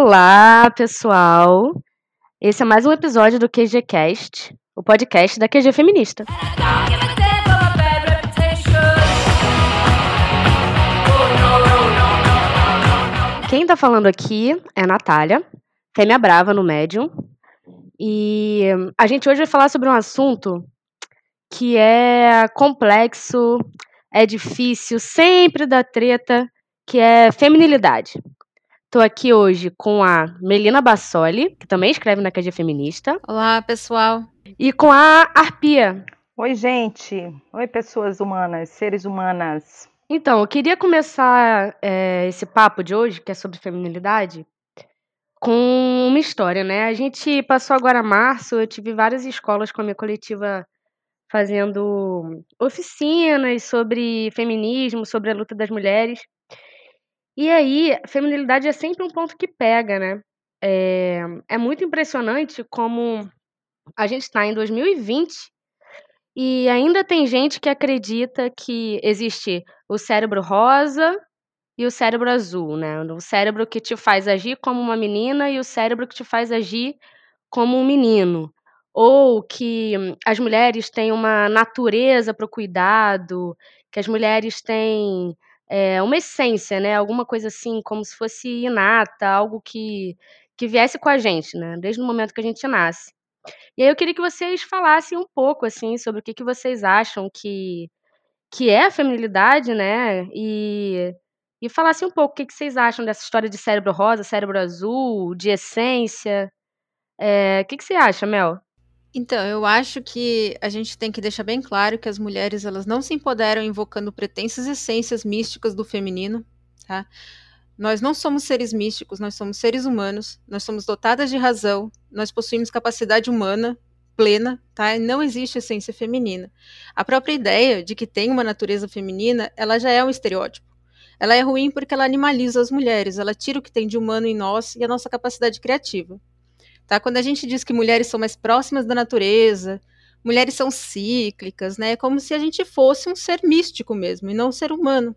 Olá, pessoal. Esse é mais um episódio do QGCast, o podcast da QG Feminista. Quem tá falando aqui é a Natália, fêmea brava no Medium. E a gente hoje vai falar sobre um assunto que é complexo, é difícil, sempre dá treta, que é feminilidade. Tô aqui hoje com a Melina Bassoli, que também escreve na QG Feminista. Olá, pessoal. E com a Arpia. Oi, gente. Oi, pessoas humanas, seres humanas. Então, eu queria começar esse papo de hoje, que é sobre feminilidade, com uma história, né? A gente passou agora março, eu tive várias escolas com a minha coletiva fazendo oficinas sobre feminismo, sobre a luta das mulheres. E aí, a feminilidade é sempre um ponto que pega, né? É muito impressionante como a gente está em 2020 e ainda tem gente que acredita que existe o cérebro rosa e o cérebro azul, né? O cérebro que te faz agir como uma menina e o cérebro que te faz agir como um menino. Ou que as mulheres têm uma natureza para o cuidado, que as mulheres têm uma essência, né? Alguma coisa assim, como se fosse inata, algo que viesse com a gente, né? Desde o momento que a gente nasce. E aí eu queria que vocês falassem um pouco, assim, sobre o que vocês acham que é a feminilidade, né? E falassem um pouco o que vocês acham dessa história de cérebro rosa, cérebro azul, de essência. O que você acha, Mel? Então, eu acho que a gente tem que deixar bem claro que as mulheres elas não se empoderam invocando pretensas essências místicas do feminino, tá? Nós não somos seres místicos, nós somos seres humanos, nós somos dotadas de razão, nós possuímos capacidade humana plena, tá? E não existe essência feminina. A própria ideia de que tem uma natureza feminina, ela já é um estereótipo. Ela é ruim porque ela animaliza as mulheres, ela tira o que tem de humano em nós e a nossa capacidade criativa. Tá? Quando a gente diz que mulheres são mais próximas da natureza, mulheres são cíclicas, né? É como se a gente fosse um ser místico mesmo, e não um ser humano.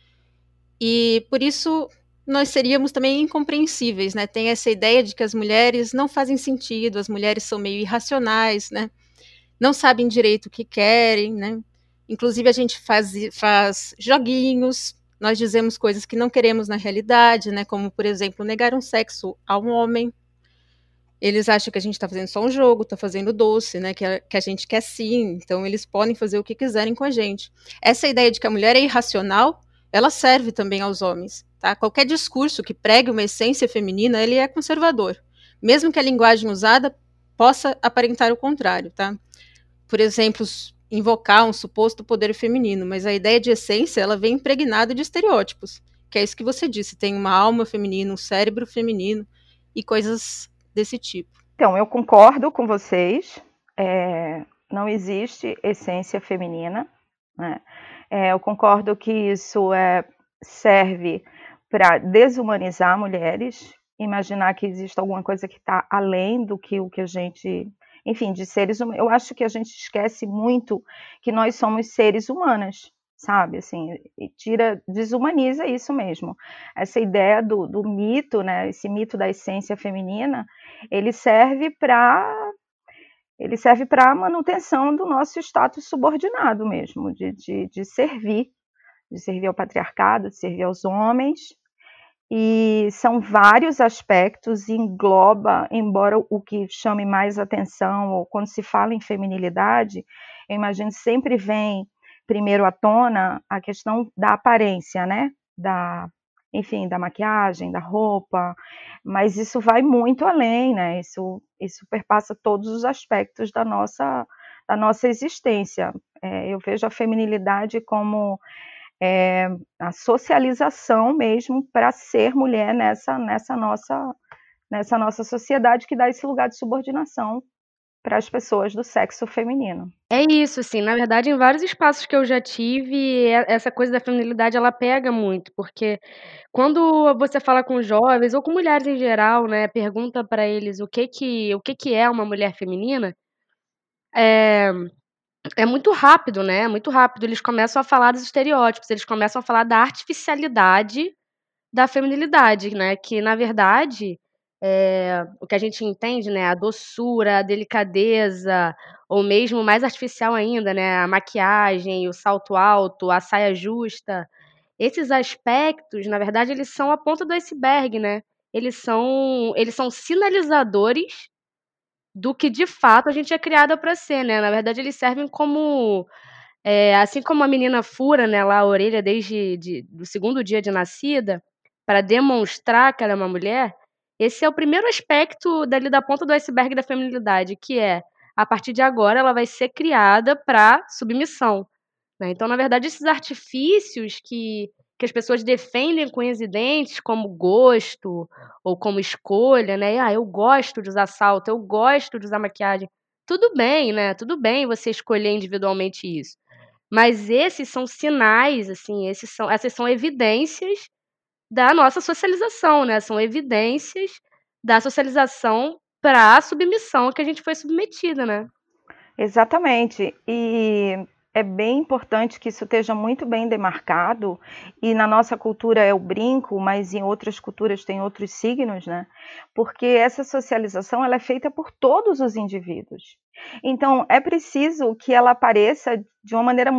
E por isso nós seríamos também incompreensíveis, né? Tem essa ideia de que as mulheres não fazem sentido, as mulheres são meio irracionais, né? Não sabem direito o que querem, né? Inclusive a gente faz joguinhos, nós dizemos coisas que não queremos na realidade, né? Como, por exemplo, negar um sexo a um homem. Eles acham que a gente está fazendo só um jogo, está fazendo doce, né? Que a gente quer sim, então eles podem fazer o que quiserem com a gente. Essa ideia de que a mulher é irracional, ela serve também aos homens, tá? Qualquer discurso que pregue uma essência feminina, ele é conservador. Mesmo que a linguagem usada possa aparentar o contrário, tá? Por exemplo, invocar um suposto poder feminino, mas a ideia de essência, ela vem impregnada de estereótipos, que é isso que você disse, tem uma alma feminina, um cérebro feminino e coisas desse tipo. Então, eu concordo com vocês, não existe essência feminina, né? Eu concordo que isso serve para desumanizar mulheres, imaginar que existe alguma coisa que está além do que o que a gente, enfim, de seres humanos. Eu acho que a gente esquece muito que nós somos seres humanas, sabe, assim, desumaniza isso mesmo. Essa ideia do mito, né, esse mito da essência feminina, ele serve para a manutenção do nosso status subordinado mesmo, de servir ao patriarcado, de servir aos homens, e são vários aspectos, engloba, embora o que chame mais atenção, ou quando se fala em feminilidade, eu imagino que sempre vem primeiro à tona a questão da aparência, né? Enfim, da maquiagem, da roupa, mas isso vai muito além, né? Isso perpassa todos os aspectos da nossa existência. Eu vejo a feminilidade como a socialização mesmo para ser mulher nessa nossa sociedade que dá esse lugar de subordinação para as pessoas do sexo feminino. É isso, assim, na verdade, em vários espaços que eu já tive, essa coisa da feminilidade, ela pega muito, porque quando você fala com jovens, ou com mulheres em geral, né, pergunta para eles o que é uma mulher feminina, é muito rápido, né, muito rápido, eles começam a falar dos estereótipos, eles começam a falar da artificialidade da feminilidade, né, que na verdade o que a gente entende, né, a doçura, a delicadeza, ou mesmo mais artificial ainda, né, a maquiagem, o salto alto, a saia justa. Esses aspectos, na verdade, eles são a ponta do iceberg, né. Eles são sinalizadores do que de fato a gente é criada para ser, né. Na verdade, eles servem como, assim como a menina fura, né, lá a orelha do segundo dia de nascida, para demonstrar que ela é uma mulher, esse é o primeiro aspecto dali da ponta do iceberg da feminilidade, que é, a partir de agora ela vai ser criada para submissão. Né, então, na verdade, esses artifícios que as pessoas defendem com unhas e dentes, como gosto ou como escolha, né, "Ah, eu gosto de usar salto, eu gosto de usar maquiagem", tudo bem, né, tudo bem você escolher individualmente isso, mas esses são sinais, assim, essas são evidências da nossa socialização, né, são evidências da socialização para a submissão que a gente foi submetida, né. Exatamente. E é bem importante que isso esteja muito bem demarcado, e na nossa cultura é o brinco, mas em outras culturas tem outros signos, né? Porque essa socialização ela é feita por todos os indivíduos. Então, é preciso que ela apareça de uma maneira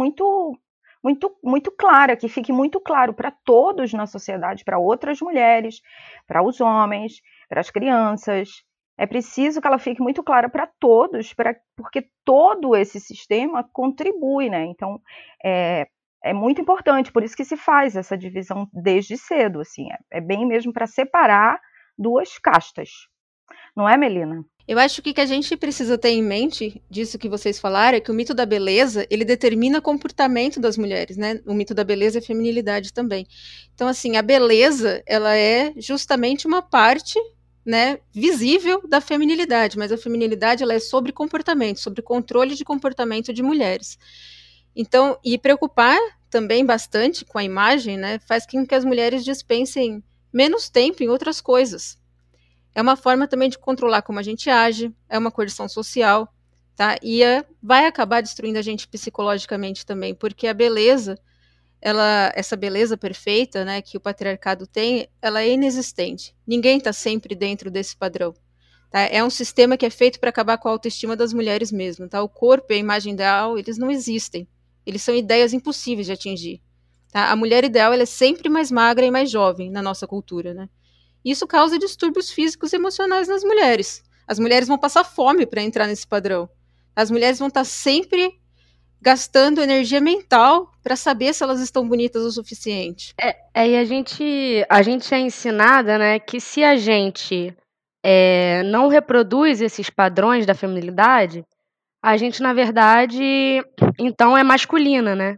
muito clara, que fique muito claro para todos na sociedade, para outras mulheres, para os homens, para as crianças. É preciso que ela fique muito clara para todos, porque todo esse sistema contribui, né? Então, é muito importante, por isso que se faz essa divisão desde cedo, assim, é bem mesmo para separar duas castas. Não é, Melina? Eu acho que o que a gente precisa ter em mente disso que vocês falaram é que o mito da beleza, ele determina o comportamento das mulheres, né? O mito da beleza é feminilidade também. Então, assim, a beleza, ela é justamente uma parte, né, visível da feminilidade, mas a feminilidade, ela é sobre comportamento, sobre controle de comportamento de mulheres. Então, e preocupar também bastante com a imagem, né, faz com que as mulheres dispensem menos tempo em outras coisas. É uma forma também de controlar como a gente age, é uma coerção social, tá? E vai acabar destruindo a gente psicologicamente também, porque a beleza, essa beleza perfeita, né, que o patriarcado tem, ela é inexistente. Ninguém está sempre dentro desse padrão. Tá? É um sistema que é feito para acabar com a autoestima das mulheres mesmo. Tá? O corpo e a imagem ideal, eles não existem. Eles são ideias impossíveis de atingir. Tá? A mulher ideal ela é sempre mais magra e mais jovem na nossa cultura, né? Isso causa distúrbios físicos e emocionais nas mulheres. As mulheres vão passar fome para entrar nesse padrão. As mulheres vão estar sempre gastando energia mental para saber se elas estão bonitas o suficiente. E a gente é ensinada, né, que se a gente não reproduz esses padrões da feminilidade, a gente, na verdade, então é masculina, né?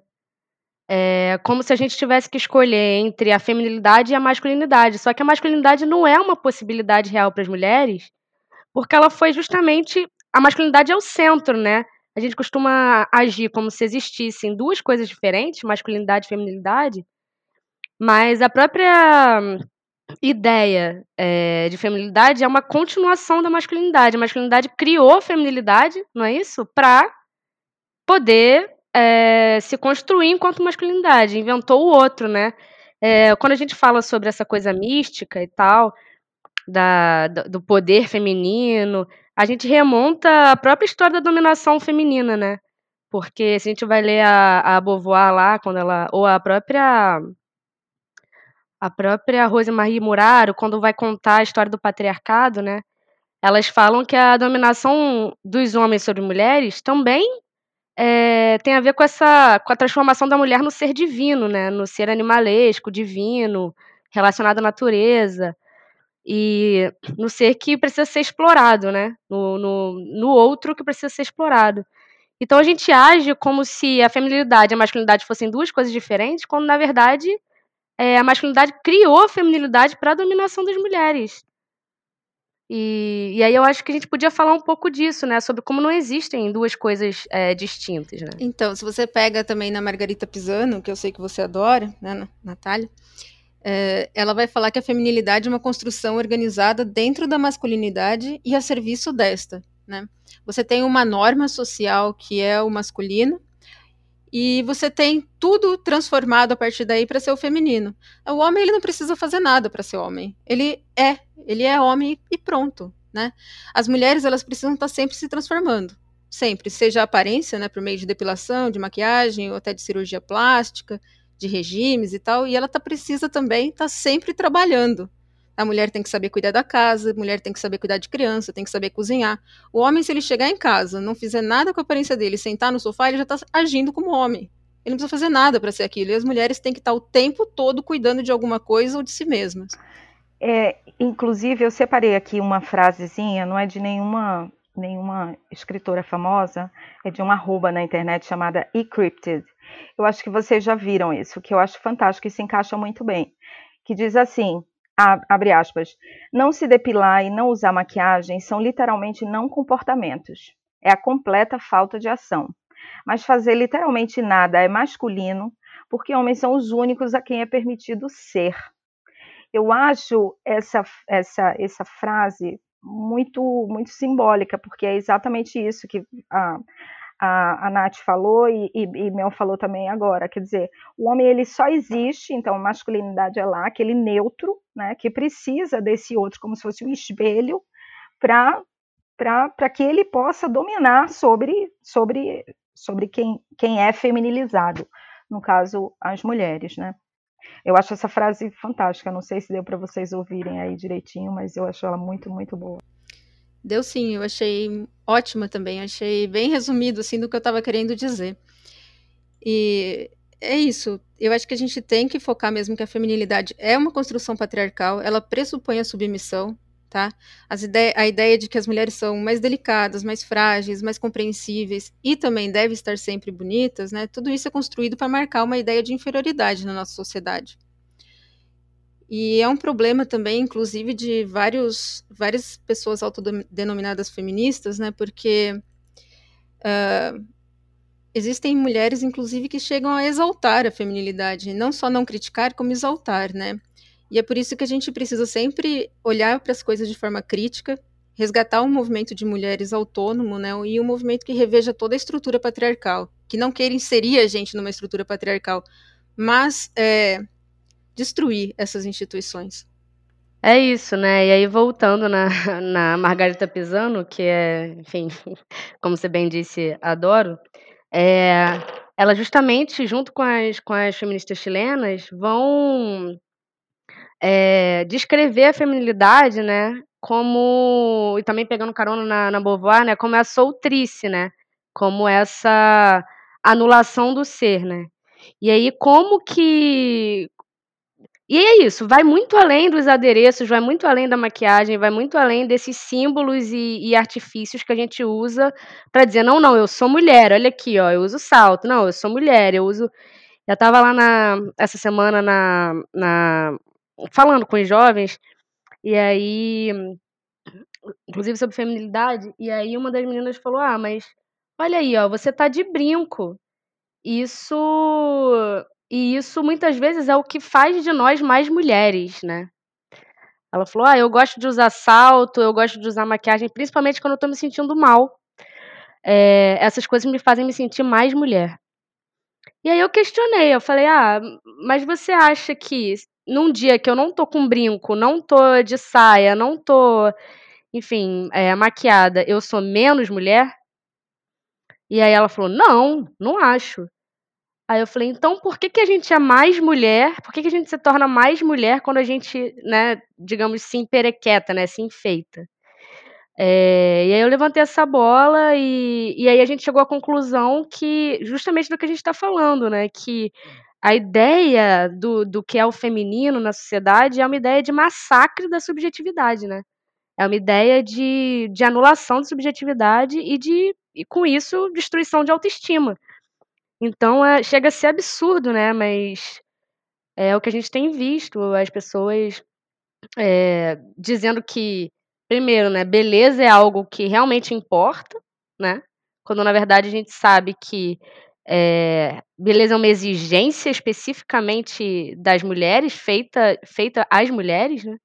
É como se a gente tivesse que escolher entre a feminilidade e a masculinidade. Só que a masculinidade não é uma possibilidade real para as mulheres, porque ela foi justamente. A masculinidade é o centro, né? A gente costuma agir como se existissem duas coisas diferentes, masculinidade e feminilidade, mas a própria ideia de feminilidade é uma continuação da masculinidade. A masculinidade criou a feminilidade, não é isso? Para poder se construir enquanto masculinidade, inventou o outro, né? Quando a gente fala sobre essa coisa mística e tal, do poder feminino, a gente remonta à própria história da dominação feminina, né? Porque se a gente vai ler a Beauvoir lá, quando ela, ou a própria Rose Marie Muraro, quando vai contar a história do patriarcado, né? Elas falam que a dominação dos homens sobre mulheres também tem a ver com a transformação da mulher no ser divino, né? No ser animalesco, divino, relacionado à natureza. E no ser que precisa ser explorado, né? No outro que precisa ser explorado. Então a gente age como se a feminilidade e a masculinidade fossem duas coisas diferentes, quando na verdade a masculinidade criou a feminilidade para a dominação das mulheres. E aí eu acho que a gente podia falar um pouco disso, né? Sobre como não existem duas coisas distintas, né? Então, se você pega também na Margarita Pisano, que eu sei que você adora, né, Natália, ela vai falar que a feminilidade é uma construção organizada dentro da masculinidade e a serviço desta, né? Você tem uma norma social que é o masculino, e você tem tudo transformado a partir daí para ser o feminino. O homem, ele não precisa fazer nada para ser homem. Ele é homem e pronto, né? As mulheres, elas precisam estar sempre se transformando. Sempre, seja a aparência, né, por meio de depilação, de maquiagem, ou até de cirurgia plástica, de regimes e tal, e ela precisa também estar sempre trabalhando. A mulher tem que saber cuidar da casa, a mulher tem que saber cuidar de criança, tem que saber cozinhar. O homem, se ele chegar em casa, não fizer nada com a aparência dele, sentar no sofá, ele já está agindo como homem. Ele não precisa fazer nada para ser aquilo. E as mulheres têm que estar o tempo todo cuidando de alguma coisa ou de si mesmas. Inclusive, eu separei aqui uma frasezinha, não é de nenhuma escritora famosa, é de uma arroba na internet chamada eCrypted. Eu acho que vocês já viram isso, que eu acho fantástico e se encaixa muito bem. Que diz assim, abre aspas, não se depilar e não usar maquiagem são literalmente não comportamentos. É a completa falta de ação. Mas fazer literalmente nada é masculino, porque homens são os únicos a quem é permitido ser. Eu acho essa frase muito simbólica, porque é exatamente isso que a Nath falou e Mel falou também agora. Quer dizer, o homem ele só existe, então a masculinidade é lá, aquele neutro, né, que precisa desse outro como se fosse um espelho para que ele possa dominar sobre quem é feminilizado, no caso, as mulheres, né? Eu acho essa frase fantástica, não sei se deu para vocês ouvirem aí direitinho, mas eu acho ela muito, muito boa. Deu sim, eu achei ótima também, achei bem resumido assim do que eu estava querendo dizer. E é isso, eu acho que a gente tem que focar mesmo que a feminilidade é uma construção patriarcal, ela pressupõe a submissão, tá? A ideia de que as mulheres são mais delicadas, mais frágeis, mais compreensíveis e também devem estar sempre bonitas, né? Tudo isso é construído para marcar uma ideia de inferioridade na nossa sociedade. E é um problema também, inclusive, de várias pessoas autodenominadas feministas, né? Porque existem mulheres, inclusive, que chegam a exaltar a feminilidade, não só não criticar, como exaltar, né? E é por isso que a gente precisa sempre olhar para as coisas de forma crítica, resgatar um movimento de mulheres autônomo, né? E um movimento que reveja toda a estrutura patriarcal, que não queira inserir a gente numa estrutura patriarcal, mas destruir essas instituições. É isso, né? E aí, voltando na Margarita Pisano, que é, enfim, como você bem disse, adoro, ela justamente, junto com as feministas chilenas, vão descrever a feminilidade, né? Como, e também pegando carona na Beauvoir, né? Como a soltrice, né? Como essa anulação do ser, né? E aí, como que. E é isso, vai muito além dos adereços, vai muito além da maquiagem, vai muito além desses símbolos e artifícios que a gente usa para dizer, não, eu sou mulher, olha aqui, ó, eu uso salto, não, eu sou mulher, eu uso. Eu estava lá essa semana falando com os jovens, e aí, inclusive sobre feminilidade, e aí uma das meninas falou, mas olha aí, ó, você tá de brinco. Isso muitas vezes é o que faz de nós mais mulheres, né. Ela falou: eu gosto de usar salto, eu gosto de usar maquiagem, principalmente quando eu tô me sentindo mal. Essas coisas me fazem me sentir mais mulher. E aí eu questionei, eu falei: mas você acha que num dia que eu não tô com brinco, não tô de saia, não tô, enfim, maquiada, eu sou menos mulher?" E aí ela falou: "Não, não acho." Aí eu falei: "Então por que a gente é mais mulher, por que a gente se torna mais mulher quando a gente, né, digamos, se emperequeta, né, se enfeita?" E aí eu levantei essa bola e aí a gente chegou à conclusão que justamente do que a gente tá falando, né, que a ideia do que é o feminino na sociedade é uma ideia de massacre da subjetividade, né. É uma ideia de anulação de subjetividade e com isso destruição de autoestima. Então chega a ser absurdo, né, mas é o que a gente tem visto, as pessoas, dizendo que, primeiro, né, beleza é algo que realmente importa, né, quando na verdade a gente sabe que, beleza é uma exigência especificamente das mulheres, feita às mulheres, né,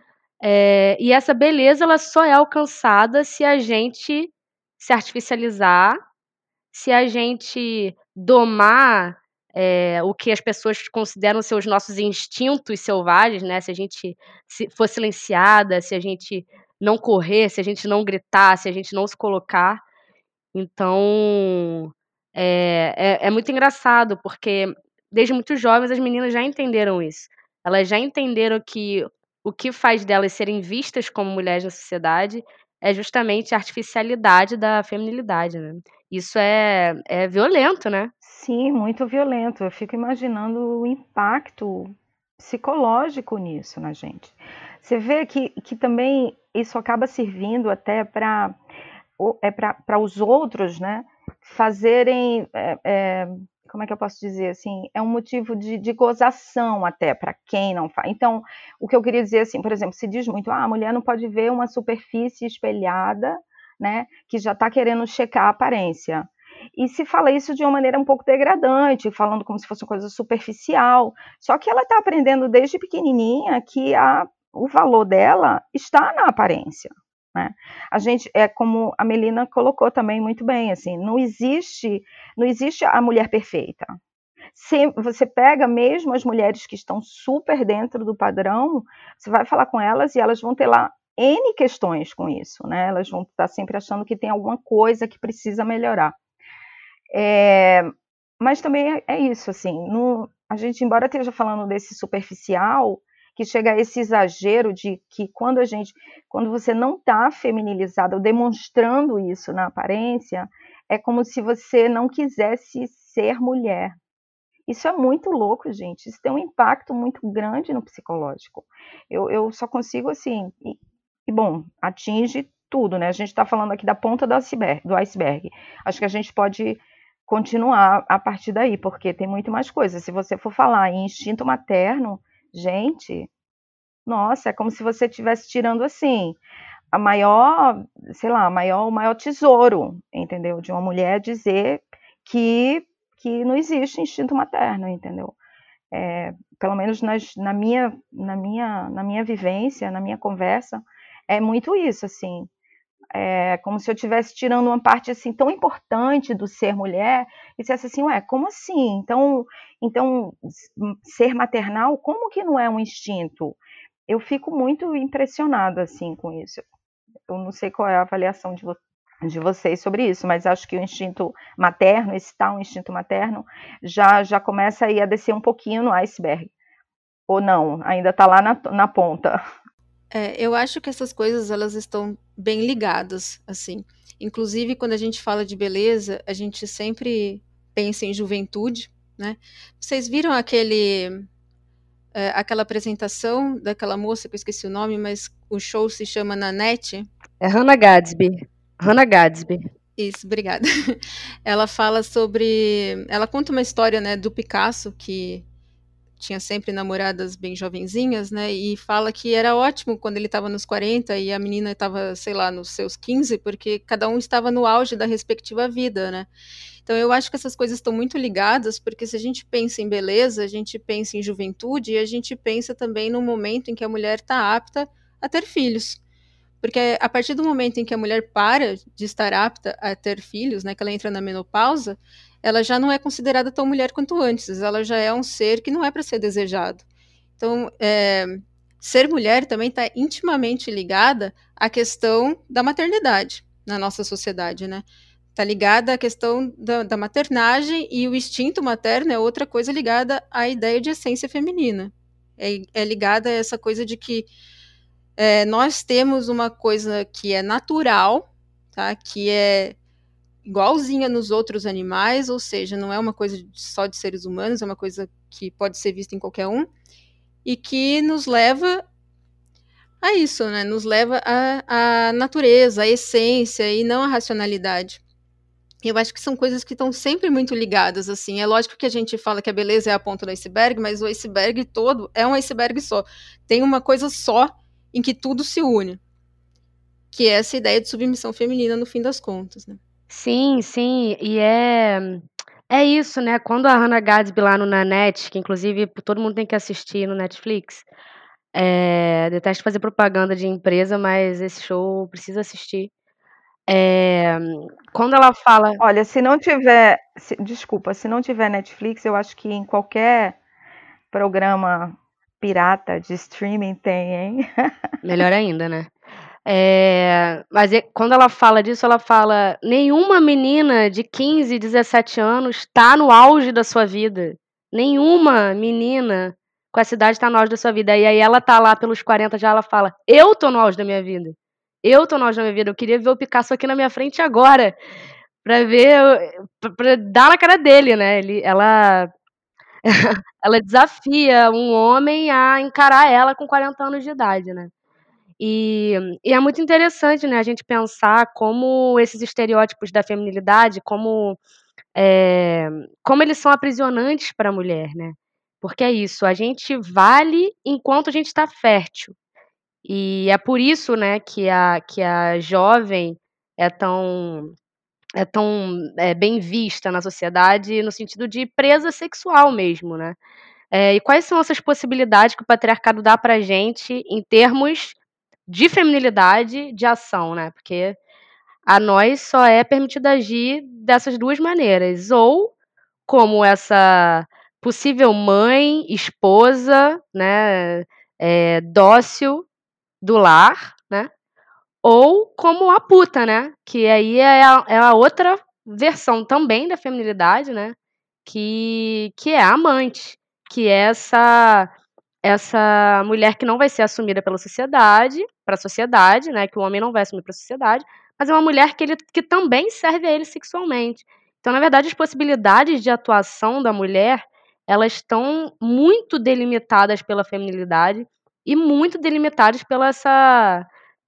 e essa beleza ela só é alcançada se a gente se artificializar, se a gente domar o que as pessoas consideram ser os nossos instintos selvagens, né? Se a gente for silenciada, se a gente não correr, se a gente não gritar, se a gente não se colocar. Então, é muito engraçado, porque desde muito jovens as meninas já entenderam isso. Elas já entenderam que o que faz delas serem vistas como mulheres na sociedade é justamente a artificialidade da feminilidade, né. Isso é violento, né. Sim, muito violento. Eu fico imaginando o impacto psicológico nisso na gente. Você vê que também isso acaba servindo até para os outros, né, fazerem, como é que eu posso dizer assim? É um motivo de gozação até para quem não faz. Então, o que eu queria dizer assim, por exemplo, se diz muito, a mulher não pode ver uma superfície espelhada, né, que já está querendo checar a aparência. E se fala isso de uma maneira um pouco degradante, falando como se fosse uma coisa superficial. Só que ela está aprendendo desde pequenininha que o valor dela está na aparência. Né? A gente, como a Melina colocou também muito bem, assim, não existe a mulher perfeita. Você pega mesmo as mulheres que estão super dentro do padrão, você vai falar com elas e elas vão ter lá N questões com isso, né? Elas vão estar sempre achando que tem alguma coisa que precisa melhorar. Mas também é isso, assim, a gente, embora esteja falando desse superficial, que chega a esse exagero de que quando você não está feminilizada ou demonstrando isso na aparência, é como se você não quisesse ser mulher. Isso é muito louco, gente. Isso tem um impacto muito grande no psicológico. Eu só consigo, assim, bom, atinge tudo, né? A gente está falando aqui da ponta do iceberg. Acho que a gente pode continuar a partir daí, porque tem muito mais coisa. Se você for falar em instinto materno, gente, nossa, é como se você estivesse tirando assim o maior tesouro, entendeu? De uma mulher dizer que não existe instinto materno, entendeu? Pelo menos na minha vivência, na minha conversa, é muito isso, assim. É como se eu estivesse tirando uma parte assim tão importante do ser mulher e dissesse assim, ué, como assim? Então ser maternal, como que não é um instinto? Eu fico muito impressionada assim com isso. Eu não sei qual é a avaliação de vocês sobre isso, mas acho que o instinto materno, esse tal instinto materno, já começa aí a descer um pouquinho no iceberg. Ou não, ainda está lá na ponta. Eu acho que essas coisas, elas estão bem ligadas, assim. Inclusive, quando a gente fala de beleza, a gente sempre pensa em juventude, né? Vocês viram aquela apresentação daquela moça, que eu esqueci o nome, mas o show se chama Nanette? É Hannah Gadsby. Hannah Gadsby. Isso, obrigada. Ela fala sobre... Ela conta uma história, né, do Picasso, que tinha sempre namoradas bem jovenzinhas, né, e fala que era ótimo quando ele estava nos 40 e a menina estava, sei lá, nos seus 15, porque cada um estava no auge da respectiva vida, né. Então eu acho que essas coisas estão muito ligadas, porque se a gente pensa em beleza, a gente pensa em juventude e a gente pensa também no momento em que a mulher está apta a ter filhos. Porque a partir do momento em que a mulher para de estar apta a ter filhos, né, que ela entra na menopausa, ela já não é considerada tão mulher quanto antes, ela já é um ser que não é para ser desejado. Então, ser mulher também está intimamente ligada à questão da maternidade na nossa sociedade, né? Está ligada à questão da maternagem, e o instinto materno é outra coisa ligada à ideia de essência feminina. É ligada a essa coisa de que nós temos uma coisa que é natural, tá? Que é igualzinha nos outros animais, ou seja, não é uma coisa só de seres humanos, é uma coisa que pode ser vista em qualquer um, e que nos leva a isso, né? Nos leva à natureza, à essência, e não à racionalidade. Eu acho que são coisas que estão sempre muito ligadas, assim. É lógico que a gente fala que a beleza é a ponta do iceberg, mas o iceberg todo é um iceberg só. Tem uma coisa só em que tudo se une, que é essa ideia de submissão feminina no fim das contas, né? Sim, sim, e é isso, né, quando a Hannah Gadsby lá no Nanette, que inclusive todo mundo tem que assistir no Netflix, detesto fazer propaganda de empresa, mas esse show precisa assistir. Quando ela fala... Olha, se não tiver, desculpa, se não tiver Netflix, eu acho que em qualquer programa pirata de streaming tem, hein? Melhor ainda, né? Mas quando ela fala disso, ela fala: nenhuma menina de 15, 17 anos está no auge da sua vida. Nenhuma menina com essa idade está no auge da sua vida. E aí ela tá lá pelos 40 já, ela fala: eu tô no auge da minha vida. Eu tô no auge da minha vida. Eu queria ver o Picasso aqui na minha frente agora. Pra ver, pra dar na cara dele, né? Ela desafia um homem a encarar ela com 40 anos de idade, né? E é muito interessante, né, a gente pensar como esses estereótipos da feminilidade, como eles são aprisionantes para a mulher, né? Porque é isso, a gente vale enquanto a gente está fértil. E é por isso, né, que a jovem é tão bem vista na sociedade, no sentido de presa sexual mesmo, né? E quais são essas possibilidades que o patriarcado dá pra gente em termos de feminilidade, de ação, né? Porque a nós só é permitido agir dessas duas maneiras, ou como essa possível mãe, esposa, né, dócil do lar, né? Ou como a puta, né? Que aí é a outra versão também da feminilidade, né? Que é a amante, que é essa mulher que não vai ser assumida pela sociedade, para a sociedade, né, que o homem não vai assumir para a sociedade, mas é uma mulher que também serve a ele sexualmente. Então, na verdade, as possibilidades de atuação da mulher, elas estão muito delimitadas pela feminilidade e muito delimitadas pela essa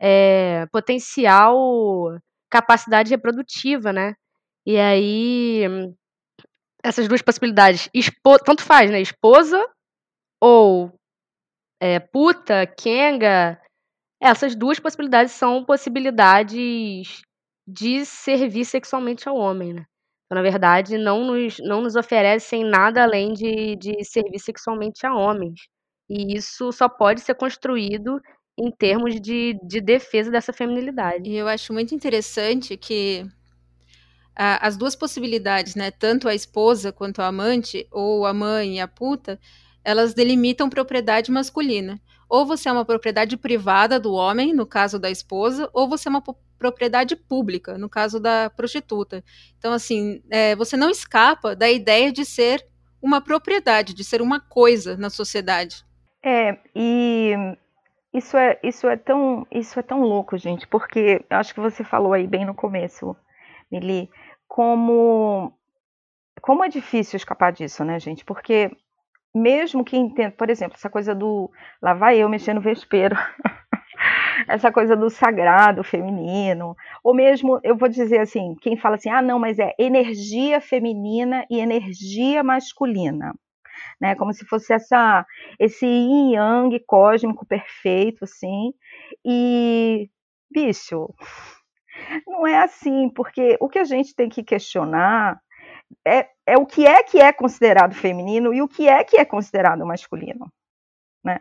potencial capacidade reprodutiva, né? E aí, essas duas possibilidades, tanto faz, né? Esposa ou puta, Kenga, essas duas possibilidades são possibilidades de servir sexualmente ao homem, né. Então, na verdade, não nos oferecem nada além de servir sexualmente a homens. E isso só pode ser construído em termos de defesa dessa feminilidade. E eu acho muito interessante que as duas possibilidades, né, tanto a esposa quanto a amante, ou a mãe e a puta, elas delimitam propriedade masculina. Ou você é uma propriedade privada do homem, no caso da esposa, ou você é uma propriedade pública, no caso da prostituta. Então, assim, você não escapa da ideia de ser uma propriedade, de ser uma coisa na sociedade. E isso é tão louco, gente, porque eu acho que você falou aí bem no começo, Mili, como é difícil escapar disso, né, gente? Porque mesmo que entenda, por exemplo, essa coisa do lá vai eu mexer no vespeiro, essa coisa do sagrado feminino, ou mesmo, eu vou dizer assim, quem fala assim, ah, não, mas é energia feminina e energia masculina, né? Como se fosse esse yin yang cósmico perfeito, assim, e, bicho, não é assim, porque o que a gente tem que questionar é o que é considerado feminino e o que é considerado masculino, né?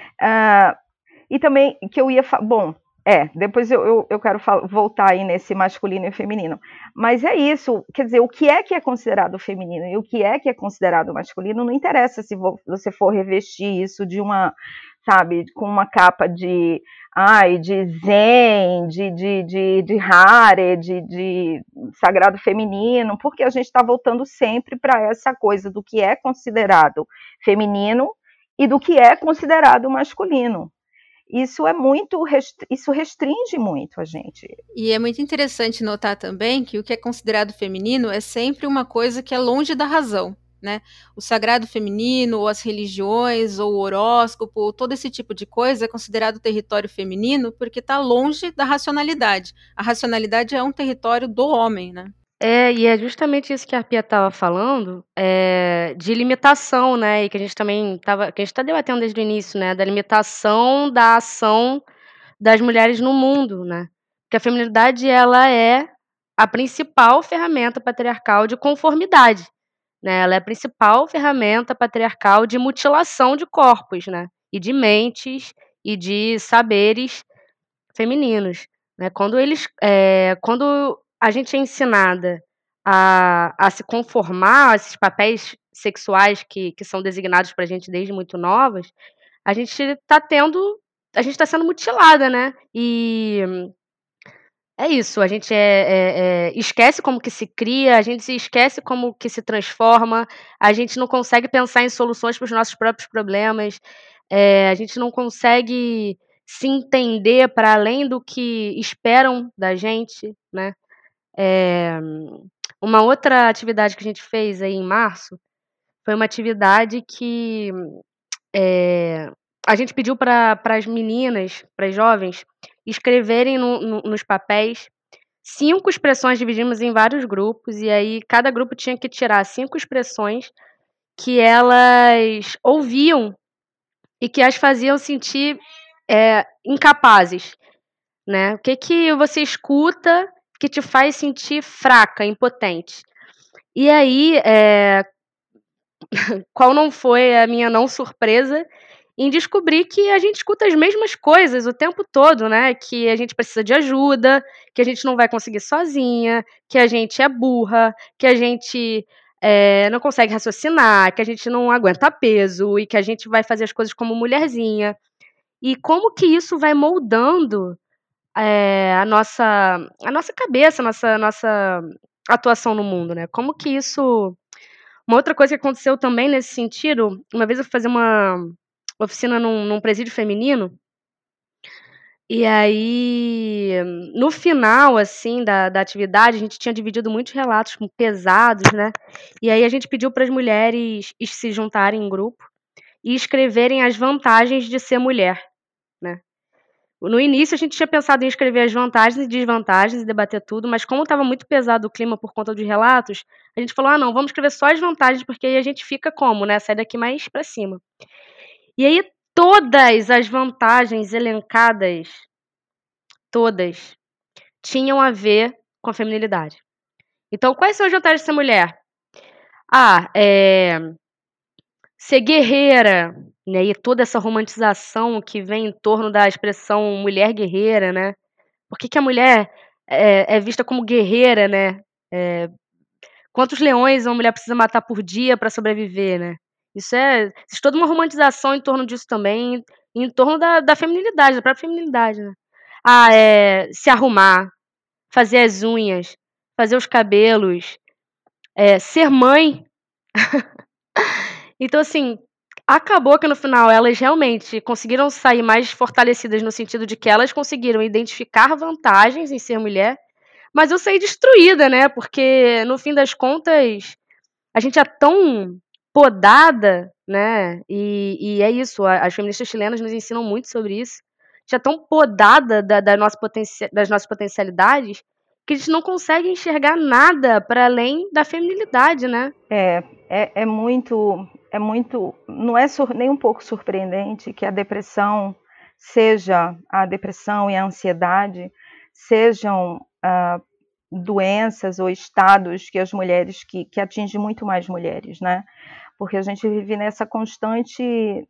E também que eu ia falar, bom, depois eu quero voltar aí nesse masculino e feminino, mas é isso, quer dizer, o que é considerado feminino e o que é considerado masculino, não interessa se você for revestir isso de uma, sabe, com uma capa de zen, de hare, de sagrado feminino, porque a gente está voltando sempre para essa coisa do que é considerado feminino e do que é considerado masculino. Isso isso restringe muito a gente. E é muito interessante notar também que o que é considerado feminino é sempre uma coisa que é longe da razão, né? O sagrado feminino, ou as religiões, ou o horóscopo, todo esse tipo de coisa é considerado território feminino porque está longe da racionalidade. A racionalidade é um território do homem, né? E é justamente isso que a Pia estava falando, de limitação, né, e que a gente também que a gente tá debatendo desde o início, né, da limitação da ação das mulheres no mundo, né. Porque a feminilidade, ela é a principal ferramenta patriarcal de conformidade, né, ela é a principal ferramenta patriarcal de mutilação de corpos, né, e de mentes, e de saberes femininos. né? Quando a gente é ensinada a se conformar a esses papéis sexuais que são designados pra gente desde muito novas, a gente está sendo mutilada, né? E é isso, a gente esquece como que se cria, a gente se esquece como que se transforma, a gente não consegue pensar em soluções para os nossos próprios problemas, a gente não consegue se entender para além do que esperam da gente, né. Uma outra atividade que a gente fez aí em março, foi uma atividade que, a gente pediu para as meninas, para as jovens, escreverem nos papéis 5 expressões, dividimos em vários grupos, e aí cada grupo tinha que tirar 5 expressões que elas ouviam e que as faziam sentir, incapazes, né. O que que você escuta que te faz sentir fraca, impotente? E aí, qual não foi a minha não surpresa em descobrir que a gente escuta as mesmas coisas o tempo todo, né, que a gente precisa de ajuda, que a gente não vai conseguir sozinha, que a gente é burra, que a gente, não consegue raciocinar, que a gente não aguenta peso e que a gente vai fazer as coisas como mulherzinha. E como que isso vai moldando, a nossa cabeça, a nossa atuação no mundo, né. Como que isso uma outra coisa que aconteceu também nesse sentido, uma vez eu fui fazer uma oficina num presídio feminino, e aí, no final, assim, da atividade, a gente tinha dividido muitos relatos pesados, né, e aí a gente pediu para as mulheres se juntarem em grupo e escreverem as vantagens de ser mulher, né. No início a gente tinha pensado em escrever as vantagens e desvantagens e debater tudo, mas como estava muito pesado o clima por conta dos relatos, a gente falou: "Ah não, vamos escrever só as vantagens, porque aí a gente fica como, né, sai daqui mais pra cima". E aí todas as vantagens elencadas, todas, tinham a ver com a feminilidade. Então quais são as vantagens de ser mulher? Ah, ser guerreira, né, e toda essa romantização que vem em torno da expressão mulher guerreira, né. Por que que a mulher é vista como guerreira, né? Quantos leões uma mulher precisa matar por dia para sobreviver, né? Existe toda uma romantização em torno disso também, em torno da feminilidade, da própria feminilidade, né. Ah, se arrumar, fazer as unhas, fazer os cabelos, ser mãe. Então, assim, acabou que no final elas realmente conseguiram sair mais fortalecidas no sentido de que elas conseguiram identificar vantagens em ser mulher, mas eu saí destruída, né, porque no fim das contas, a gente é tão podada, né, e é isso, as feministas chilenas nos ensinam muito sobre isso. A gente é tão podada das nossas potencialidades, que a gente não consegue enxergar nada para além da feminilidade, né. É muito, não é nem um pouco surpreendente que a depressão e a ansiedade sejam doenças ou estados que as mulheres, que atingem muito mais mulheres, né? Porque a gente vive nessa constante,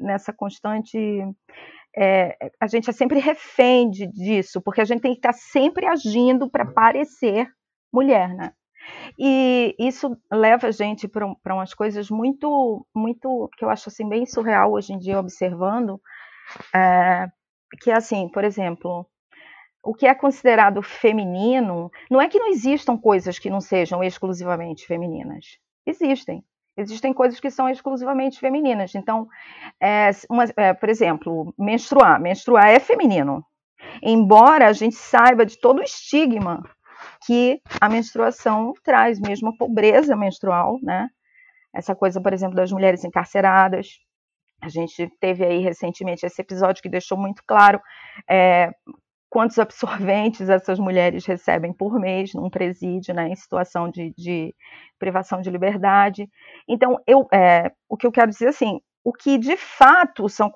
a gente é sempre refém disso, porque a gente tem que estar sempre agindo para parecer mulher, né? E isso leva a gente para umas coisas muito, que eu acho assim bem surreal hoje em dia observando, que é assim, por exemplo, o que é considerado feminino, não é que não existam coisas que não sejam exclusivamente femininas. Existem coisas que são exclusivamente femininas. Então, por exemplo, menstruar é feminino, embora a gente saiba de todo o estigma que a menstruação traz, mesmo a pobreza menstrual, né? Essa coisa, por exemplo, das mulheres encarceradas. A gente teve aí recentemente esse episódio que deixou muito claro quantos absorventes essas mulheres recebem por mês num presídio, né, em situação de privação de liberdade. Então, o que eu quero dizer assim, o que de fato são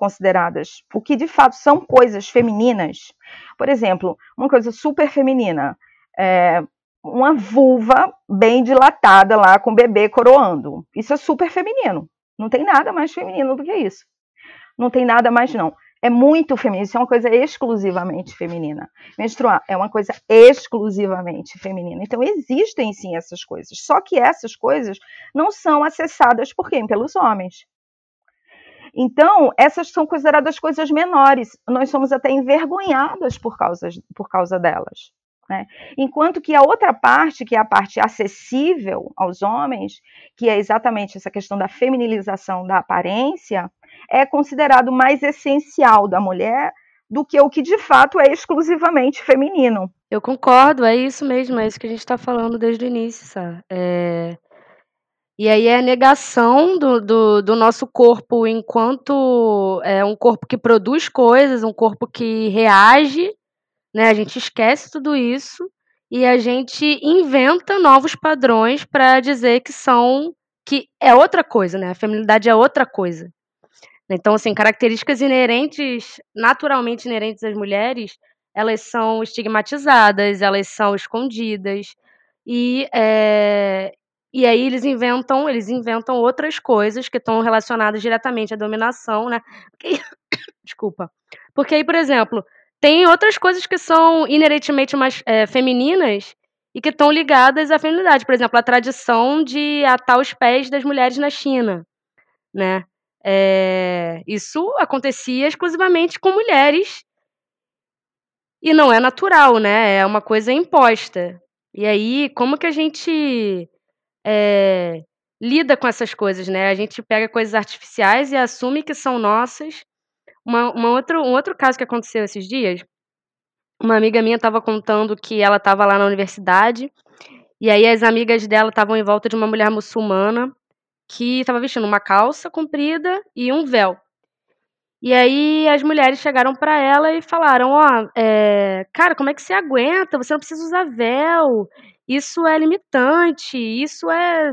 coisas femininas, por exemplo, uma coisa super feminina, uma vulva bem dilatada lá com o bebê coroando. Isso é super feminino. Não tem nada mais feminino do que isso. Não tem nada mais, não. é muito feminino, isso é uma coisa exclusivamente feminina. Menstruar é uma coisa exclusivamente feminina. Então existem sim essas coisas, só que essas coisas não são acessadas por quem? Pelos homens. Então, essas são consideradas coisas menores. Nós somos até envergonhadas por causa delas. Né? Enquanto que a outra parte, que é a parte acessível aos homens, que é exatamente essa questão da feminilização da aparência, é considerado mais essencial da mulher do que o que de fato é exclusivamente feminino. Eu concordo, é isso mesmo, é isso que a gente está falando desde o início, sabe? E aí é a negação do nosso corpo enquanto um corpo que produz coisas, um corpo que reage, né? A gente esquece tudo isso e a gente inventa novos padrões para dizer que é outra coisa, né? A feminilidade é outra coisa. Então, assim, características naturalmente inerentes às mulheres, elas são estigmatizadas, elas são escondidas, e aí eles inventam outras coisas que estão relacionadas diretamente à dominação, né? Desculpa. Porque aí, por exemplo, tem outras coisas que são inerentemente mais femininas e que estão ligadas à feminilidade. Por exemplo, a tradição de atar os pés das mulheres na China, né? Isso acontecia exclusivamente com mulheres e não é natural, né? É uma coisa imposta. E aí, como que a gente lida com essas coisas, né? A gente pega coisas artificiais e assume que são nossas. Um outro caso que aconteceu esses dias, uma amiga minha estava contando que ela estava lá na universidade e aí as amigas dela estavam em volta de uma mulher muçulmana que estava vestindo uma calça comprida e um véu. E aí as mulheres chegaram para ela e falaram, cara, como é que você aguenta? Você não precisa usar véu, isso é limitante, isso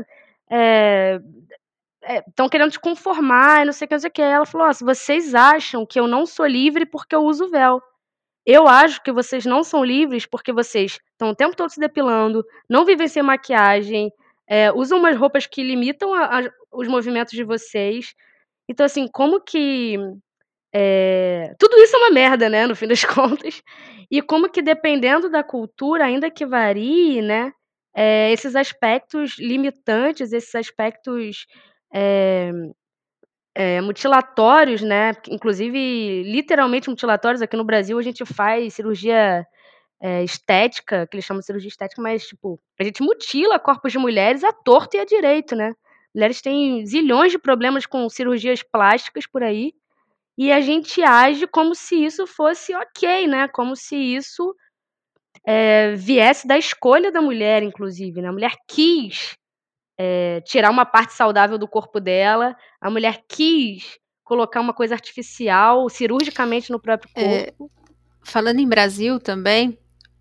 estão querendo te conformar, e não sei o que, não sei o que. Ela falou, se vocês acham que eu não sou livre porque eu uso véu, eu acho que vocês não são livres porque vocês estão o tempo todo se depilando, não vivem sem maquiagem, usam umas roupas que limitam os movimentos de vocês. Então, assim, como que tudo isso é uma merda, né, no fim das contas. E como que dependendo da cultura, ainda que varie, né, esses aspectos limitantes, esses aspectos mutilatórios, né, inclusive literalmente mutilatórios. Aqui no Brasil a gente faz cirurgia estética, que eles chamam de cirurgia estética, mas tipo, a gente mutila corpos de mulheres à torto e à direito, né. Mulheres têm zilhões de problemas com cirurgias plásticas por aí. E a gente age como se isso fosse ok, né? Como se isso viesse da escolha da mulher, inclusive, né? A mulher quis tirar uma parte saudável do corpo dela, a mulher quis colocar uma coisa artificial, cirurgicamente no próprio corpo. Falando em Brasil também,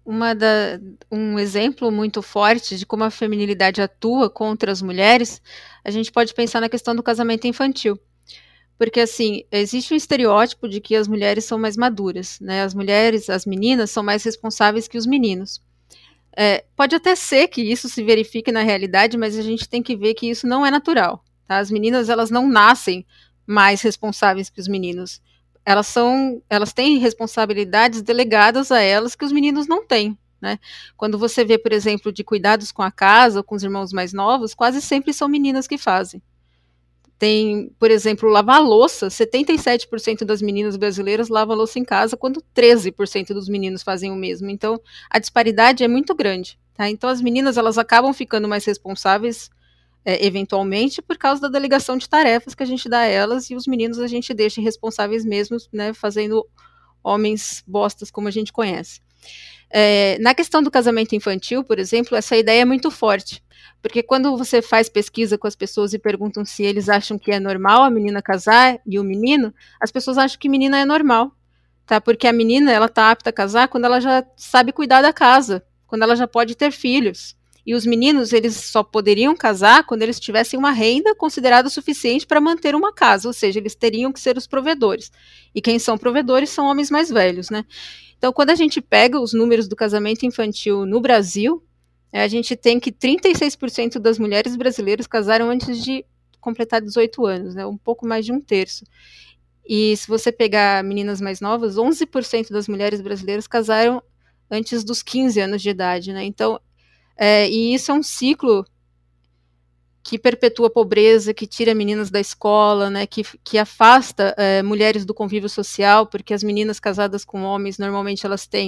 um exemplo muito forte de como a feminilidade atua contra as mulheres, a gente pode pensar na questão do casamento infantil. Porque, assim, existe um estereótipo de que as mulheres são mais maduras, né? As meninas, são mais responsáveis que os meninos. Pode até ser que isso se verifique na realidade, mas a gente tem que ver que isso não é natural, tá? As meninas, elas não nascem mais responsáveis que os meninos. Elas têm responsabilidades delegadas a elas que os meninos não têm, né? Quando você vê, por exemplo, de cuidados com a casa ou com os irmãos mais novos, quase sempre são meninas que fazem. Tem, por exemplo, lavar louça, 77% das meninas brasileiras lavam louça em casa, quando 13% dos meninos fazem o mesmo. Então, a disparidade é muito grande, tá? Então, as meninas, elas acabam ficando mais responsáveis, eventualmente, por causa da delegação de tarefas que a gente dá a elas, e os meninos a gente deixa irresponsáveis mesmos, né, fazendo homens bostas, como a gente conhece. Na questão do casamento infantil, por exemplo, essa ideia é muito forte. Porque quando você faz pesquisa com as pessoas e perguntam se eles acham que é normal a menina casar e o menino, as pessoas acham que menina é normal, tá? Porque a menina, ela tá apta a casar quando ela já sabe cuidar da casa, quando ela já pode ter filhos. E os meninos, eles só poderiam casar quando eles tivessem uma renda considerada suficiente para manter uma casa, ou seja, eles teriam que ser os provedores. E quem são provedores são homens mais velhos, né? Então, quando a gente pega os números do casamento infantil no Brasil, a gente tem que 36% das mulheres brasileiras casaram antes de completar 18 anos, né, um pouco mais de um terço. E se você pegar meninas mais novas, 11% das mulheres brasileiras casaram antes dos 15 anos de idade, né? Então, e isso é um ciclo que perpetua a pobreza, que tira meninas da escola, né, que afasta mulheres do convívio social, porque as meninas casadas com homens, normalmente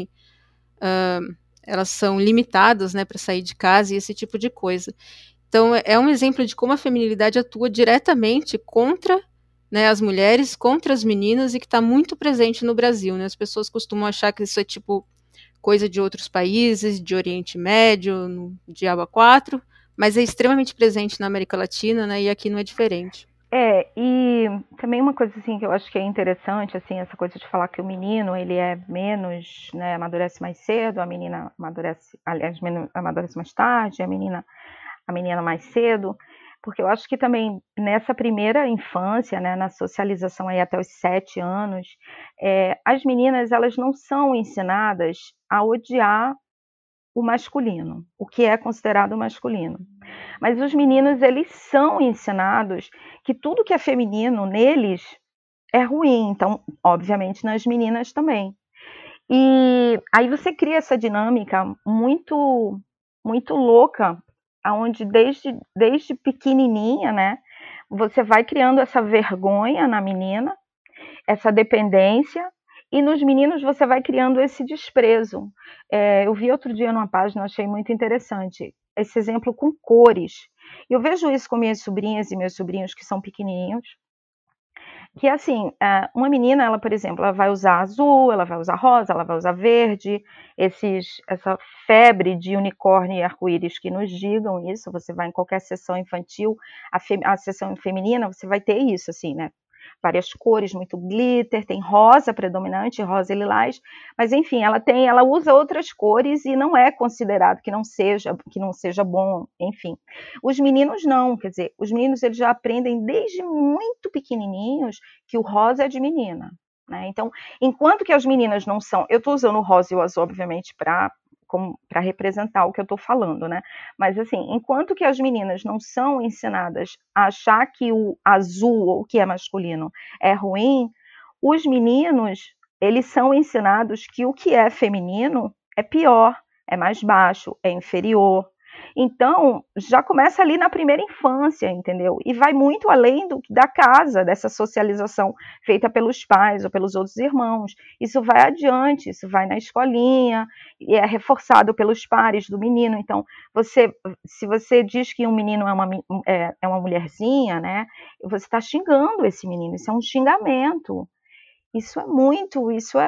elas são limitadas, né, para sair de casa e esse tipo de coisa. Então, é um exemplo de como a feminilidade atua diretamente contra, né, as mulheres, contra as meninas, e que está muito presente no Brasil, né? As pessoas costumam achar que isso é tipo coisa de outros países, de Oriente Médio, no Diabo 4, mas é extremamente presente na América Latina, né? E aqui não é diferente. E também uma coisa assim que eu acho que é interessante, assim, essa coisa de falar que o menino ele é menos, né, amadurece mais cedo, a menina amadurece, aliás, amadurece mais tarde, a menina mais cedo, porque eu acho que também nessa primeira infância, né, na socialização aí até os 7 anos, as meninas elas não são ensinadas a odiar o masculino, o que é considerado masculino. Mas os meninos, eles são ensinados que tudo que é feminino neles é ruim, então, obviamente, nas meninas também. E aí você cria essa dinâmica muito, muito louca, aonde desde pequenininha, né, você vai criando essa vergonha na menina, essa dependência, e nos meninos você vai criando esse desprezo. Eu vi outro dia numa página, achei muito interessante, esse exemplo com cores. Eu vejo isso com minhas sobrinhas e meus sobrinhos que são pequenininhos, que assim, uma menina, ela, por exemplo, ela vai usar azul, ela vai usar rosa, ela vai usar verde, essa febre de unicórnio e arco-íris que nos digam isso, você vai em qualquer sessão infantil, a sessão feminina, você vai ter isso, assim, né? Várias cores, muito glitter, tem rosa predominante, rosa e lilás, mas enfim, ela usa outras cores e não é considerado que não seja bom, enfim. Os meninos não, quer dizer, os meninos eles já aprendem desde muito pequenininhos que o rosa é de menina, né? Então, enquanto que as meninas não são, eu estou usando o rosa e o azul, obviamente, para representar o que eu estou falando, né? Mas assim, enquanto que as meninas não são ensinadas a achar que o azul, ou o que é masculino, é ruim, os meninos, eles são ensinados que o que é feminino é pior, é mais baixo, é inferior. Então, já começa ali na primeira infância, entendeu? E vai muito além da casa, dessa socialização feita pelos pais ou pelos outros irmãos. Isso vai adiante, isso vai na escolinha, e é reforçado pelos pares do menino. Então, se você diz que um menino é uma mulherzinha, né? Você está xingando esse menino, isso é um xingamento. Isso é muito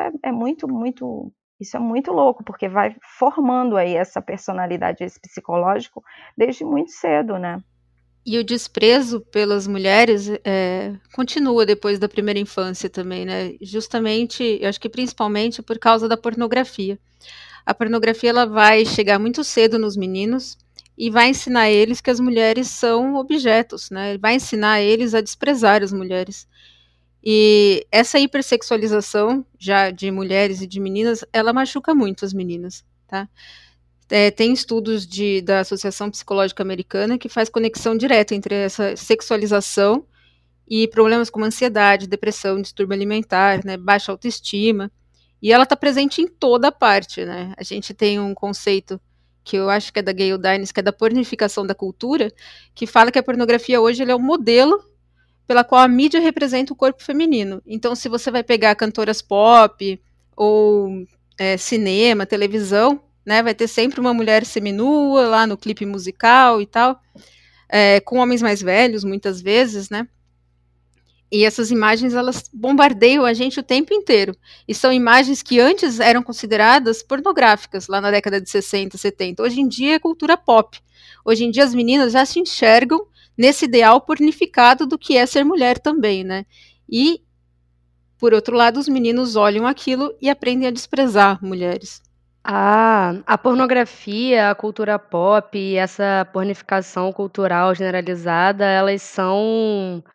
louco, porque vai formando aí essa personalidade, esse psicológico, desde muito cedo, né? E o desprezo pelas mulheres continua depois da primeira infância também, né? Justamente, eu acho que principalmente por causa da pornografia. A pornografia ela vai chegar muito cedo nos meninos e vai ensinar eles que as mulheres são objetos, né? Vai ensinar eles a desprezar as mulheres. E essa hipersexualização já de mulheres e de meninas, ela machuca muito as meninas, tá? Tem estudos da Associação Psicológica Americana que faz conexão direta entre essa sexualização e problemas como ansiedade, depressão, distúrbio alimentar, né, baixa autoestima. E ela está presente em toda parte, né? A gente tem um conceito que eu acho que é da Gayle Dines, que é da pornificação da cultura, que fala que a pornografia hoje é um modelo pela qual a mídia representa o corpo feminino. Então, se você vai pegar cantoras pop ou cinema, televisão, né, vai ter sempre uma mulher seminua lá no clipe musical e tal, com homens mais velhos, muitas vezes, né? E essas imagens, elas bombardeiam a gente o tempo inteiro. E são imagens que antes eram consideradas pornográficas, lá na década de 60, 70. Hoje em dia é cultura pop. Hoje em dia as meninas já se enxergam nesse ideal pornificado do que é ser mulher também, né? E, por outro lado, os meninos olham aquilo e aprendem a desprezar mulheres. A pornografia, a cultura pop e essa pornificação cultural generalizada, elas são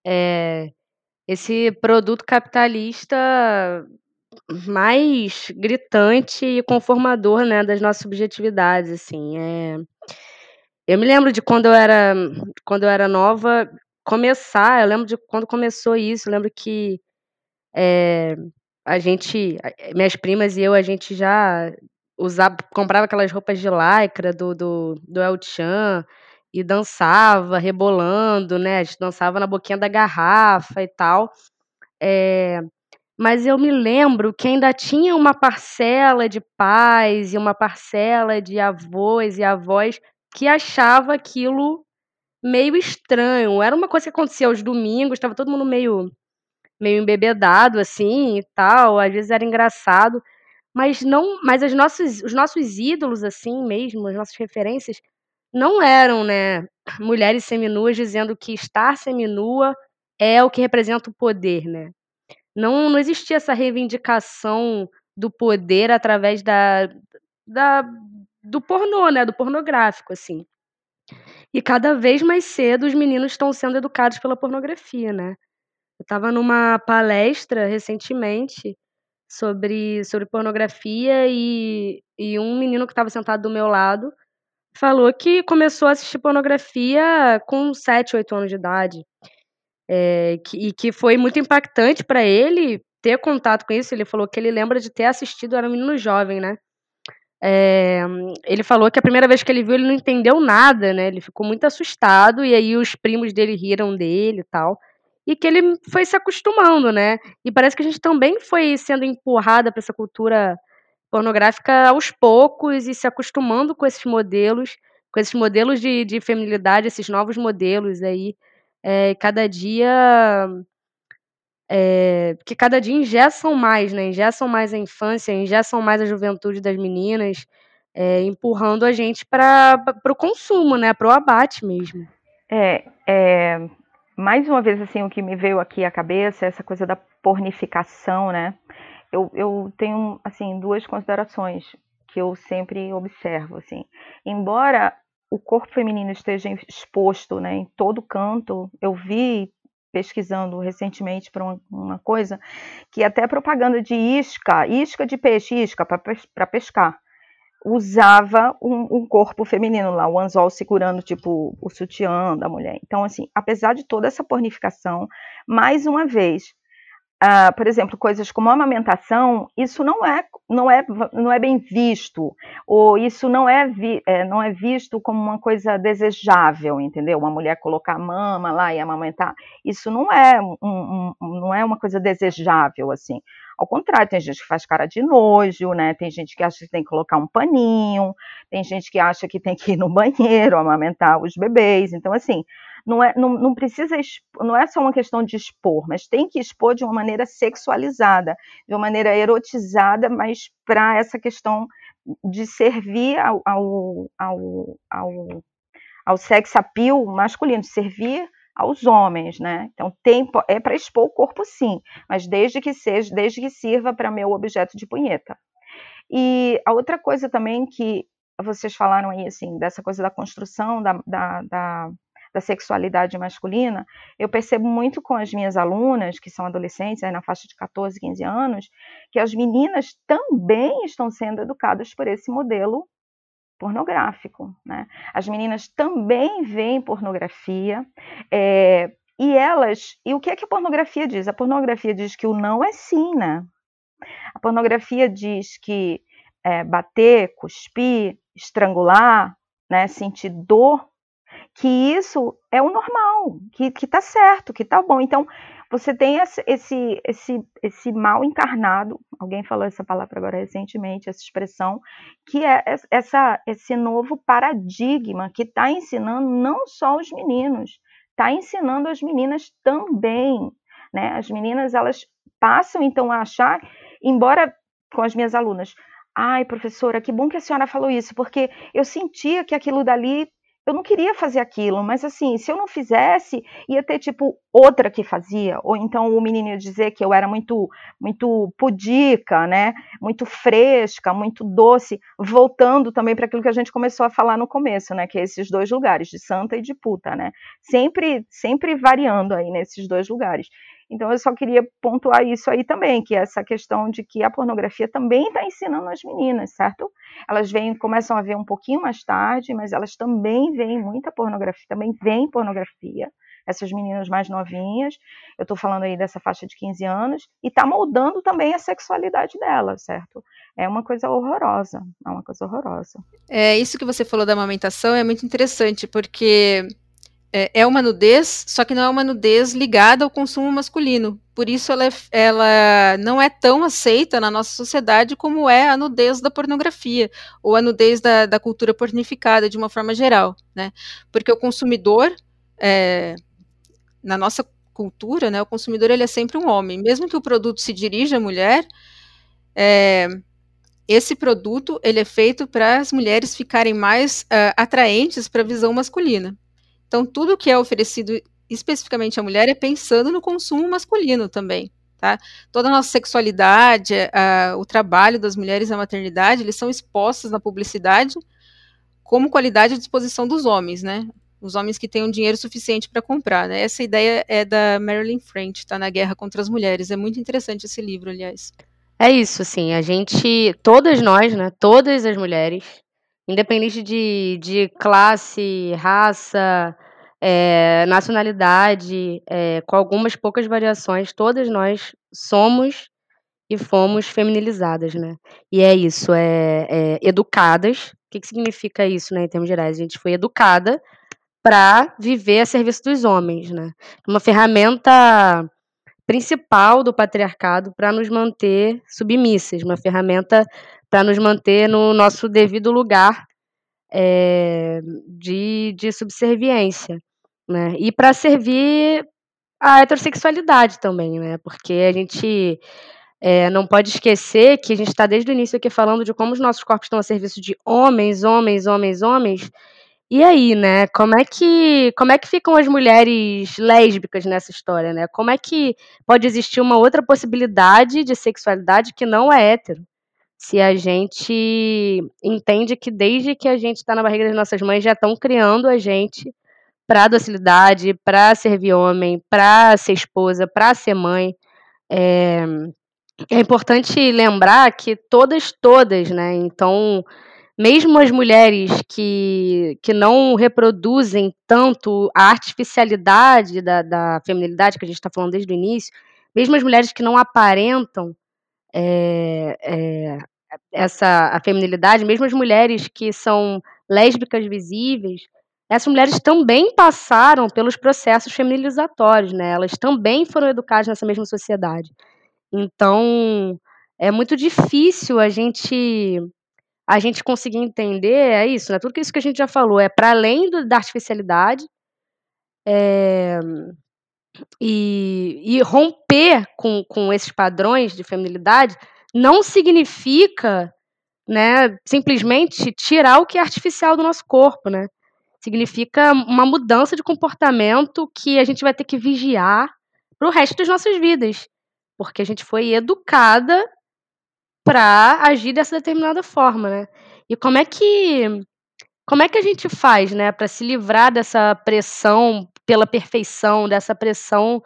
esse produto capitalista mais gritante e conformador, né, das nossas subjetividades, assim. Eu me lembro de quando eu era nova, eu lembro de quando começou isso, eu lembro que Minhas primas e eu, a gente já comprava aquelas roupas de lycra do El Chan e dançava rebolando, né, a gente dançava na boquinha da garrafa e tal. Mas eu me lembro que ainda tinha uma parcela de pais e uma parcela de avós e avós que achava aquilo meio estranho. Era uma coisa que acontecia aos domingos, estava todo mundo meio embebedado, assim, e tal, às vezes era engraçado, mas os nossos ídolos, assim mesmo, as nossas referências, não eram, né, mulheres seminuas dizendo que estar seminua é o que representa o poder, né. Não existia essa reivindicação do poder através da do pornô, né, do pornográfico, assim. E cada vez mais cedo os meninos estão sendo educados pela pornografia, né. Eu estava numa palestra recentemente sobre pornografia e um menino que estava sentado do meu lado falou que começou a assistir pornografia com 7, 8 anos de idade. Que foi muito impactante para ele ter contato com isso. Ele falou que ele lembra de ter assistido, era um menino jovem, né. Ele falou que a primeira vez que ele viu, ele não entendeu nada, né, ele ficou muito assustado, e aí os primos dele riram dele e tal, e que ele foi se acostumando, né. E parece que a gente também foi sendo empurrada para essa cultura pornográfica aos poucos e se acostumando com esses modelos de feminilidade, esses novos modelos aí, cada dia que cada dia engessam mais, né, engessam mais a infância, engessam mais a juventude das meninas, empurrando a gente para o consumo, né, para o abate mesmo. Mais uma vez, assim, o que me veio aqui à cabeça é essa coisa da pornificação, né? Eu tenho, assim, duas considerações que eu sempre observo, assim. Embora o corpo feminino esteja exposto, né, em todo canto, eu vi pesquisando recentemente para uma coisa que até propaganda de isca de peixe, isca para pescar, usava um corpo feminino lá, o anzol segurando tipo o sutiã da mulher. Então, assim, apesar de toda essa pornificação, mais uma vez, por exemplo, coisas como amamentação, isso não é bem visto, ou isso não é visto como uma coisa desejável, entendeu? Uma mulher colocar a mama lá e amamentar, isso não é uma coisa desejável, assim. Ao contrário, tem gente que faz cara de nojo, né? Tem gente que acha que tem que colocar um paninho, tem gente que acha que tem que ir no banheiro amamentar os bebês. Então, assim, não precisa, não é só uma questão de expor, mas tem que expor de uma maneira sexualizada, de uma maneira erotizada, mas para essa questão de servir ao sex appeal masculino, de servir aos homens, né? Então é para expor o corpo, sim, mas desde que sirva para meu objeto de punheta. E a outra coisa também que vocês falaram aí, assim, dessa coisa da construção da sexualidade masculina, eu percebo muito com as minhas alunas, que são adolescentes, aí na faixa de 14, 15 anos, que as meninas também estão sendo educadas por esse modelo pornográfico, né? As meninas também veem pornografia, e o que é que a pornografia diz? A pornografia diz que o não é sim, né? A pornografia diz que bater, cuspir, estrangular, né, sentir dor, que isso é o normal, que tá certo, que tá bom. Então, você tem esse mal encarnado, alguém falou essa palavra agora recentemente, essa expressão, que é esse novo paradigma que está ensinando não só os meninos, está ensinando as meninas também, né? As meninas, elas passam, então, a achar, embora com as minhas alunas, ai, professora, que bom que a senhora falou isso, porque eu sentia que aquilo dali, eu não queria fazer aquilo, mas assim, se eu não fizesse, ia ter tipo outra que fazia, ou então o menino ia dizer que eu era muito pudica, né, muito fresca, muito doce, voltando também para aquilo que a gente começou a falar no começo, né, que é esses dois lugares, de santa e de puta, né, sempre variando aí nesses dois lugares. Então, eu só queria pontuar isso aí também, que é essa questão de que a pornografia também está ensinando as meninas, certo? Elas começam a ver um pouquinho mais tarde, mas elas também veem muita pornografia, também veem pornografia, essas meninas mais novinhas, eu estou falando aí dessa faixa de 15 anos, e está moldando também a sexualidade dela, certo? É uma coisa horrorosa, é uma coisa horrorosa. Isso que você falou da amamentação é muito interessante, porque é uma nudez, só que não é uma nudez ligada ao consumo masculino. Por isso ela não é tão aceita na nossa sociedade como é a nudez da pornografia, ou a nudez da cultura pornificada, de uma forma geral, né? Porque o consumidor, na nossa cultura, né, o consumidor ele é sempre um homem. Mesmo que o produto se dirija à mulher, esse produto ele é feito para as mulheres ficarem mais atraentes para a visão masculina. Então, tudo que é oferecido especificamente à mulher é pensando no consumo masculino também, tá? Toda a nossa sexualidade, o trabalho das mulheres na maternidade, eles são expostos na publicidade como qualidade à disposição dos homens, né? Os homens que tenham dinheiro suficiente para comprar, né? Essa ideia é da Marilyn French, tá? Na Guerra contra as Mulheres. É muito interessante esse livro, aliás. É isso, assim, todas nós, né, todas as mulheres, independente de classe, raça, nacionalidade, com algumas poucas variações, todas nós somos e fomos feminilizadas, né? E é isso, educadas. O que significa isso, né, em termos gerais? A gente foi educada para viver a serviço dos homens, né? Uma ferramenta principal do patriarcado para nos manter submissas, uma ferramenta para nos manter no nosso devido lugar de subserviência, né? E para servir a heterossexualidade também, né? Porque a gente não pode esquecer que a gente está desde o início aqui falando de como os nossos corpos estão a serviço de homens, homens, homens, homens. E aí, né, como é que ficam as mulheres lésbicas nessa história, né? Como é que pode existir uma outra possibilidade de sexualidade que não é hétero? Se a gente entende que desde que a gente está na barriga das nossas mães já estão criando a gente para docilidade, para servir homem, para ser esposa, para ser mãe. É importante lembrar que todas, né? Então, mesmo as mulheres que não reproduzem tanto a artificialidade da feminilidade, que a gente está falando desde o início, mesmo as mulheres que não aparentam a feminilidade, mesmo as mulheres que são lésbicas visíveis, essas mulheres também passaram pelos processos feminilizatórios, né? Elas também foram educadas nessa mesma sociedade. Então, é muito difícil a gente conseguir entender, isso, né? Tudo isso que a gente já falou, para além da artificialidade, e romper com esses padrões de feminilidade não significa, né, simplesmente tirar o que é artificial do nosso corpo, né? Significa uma mudança de comportamento que a gente vai ter que vigiar para o resto das nossas vidas, porque a gente foi educada para agir dessa determinada forma, né? E como é que a gente faz, né, para se livrar dessa pressão pela perfeição, dessa pressão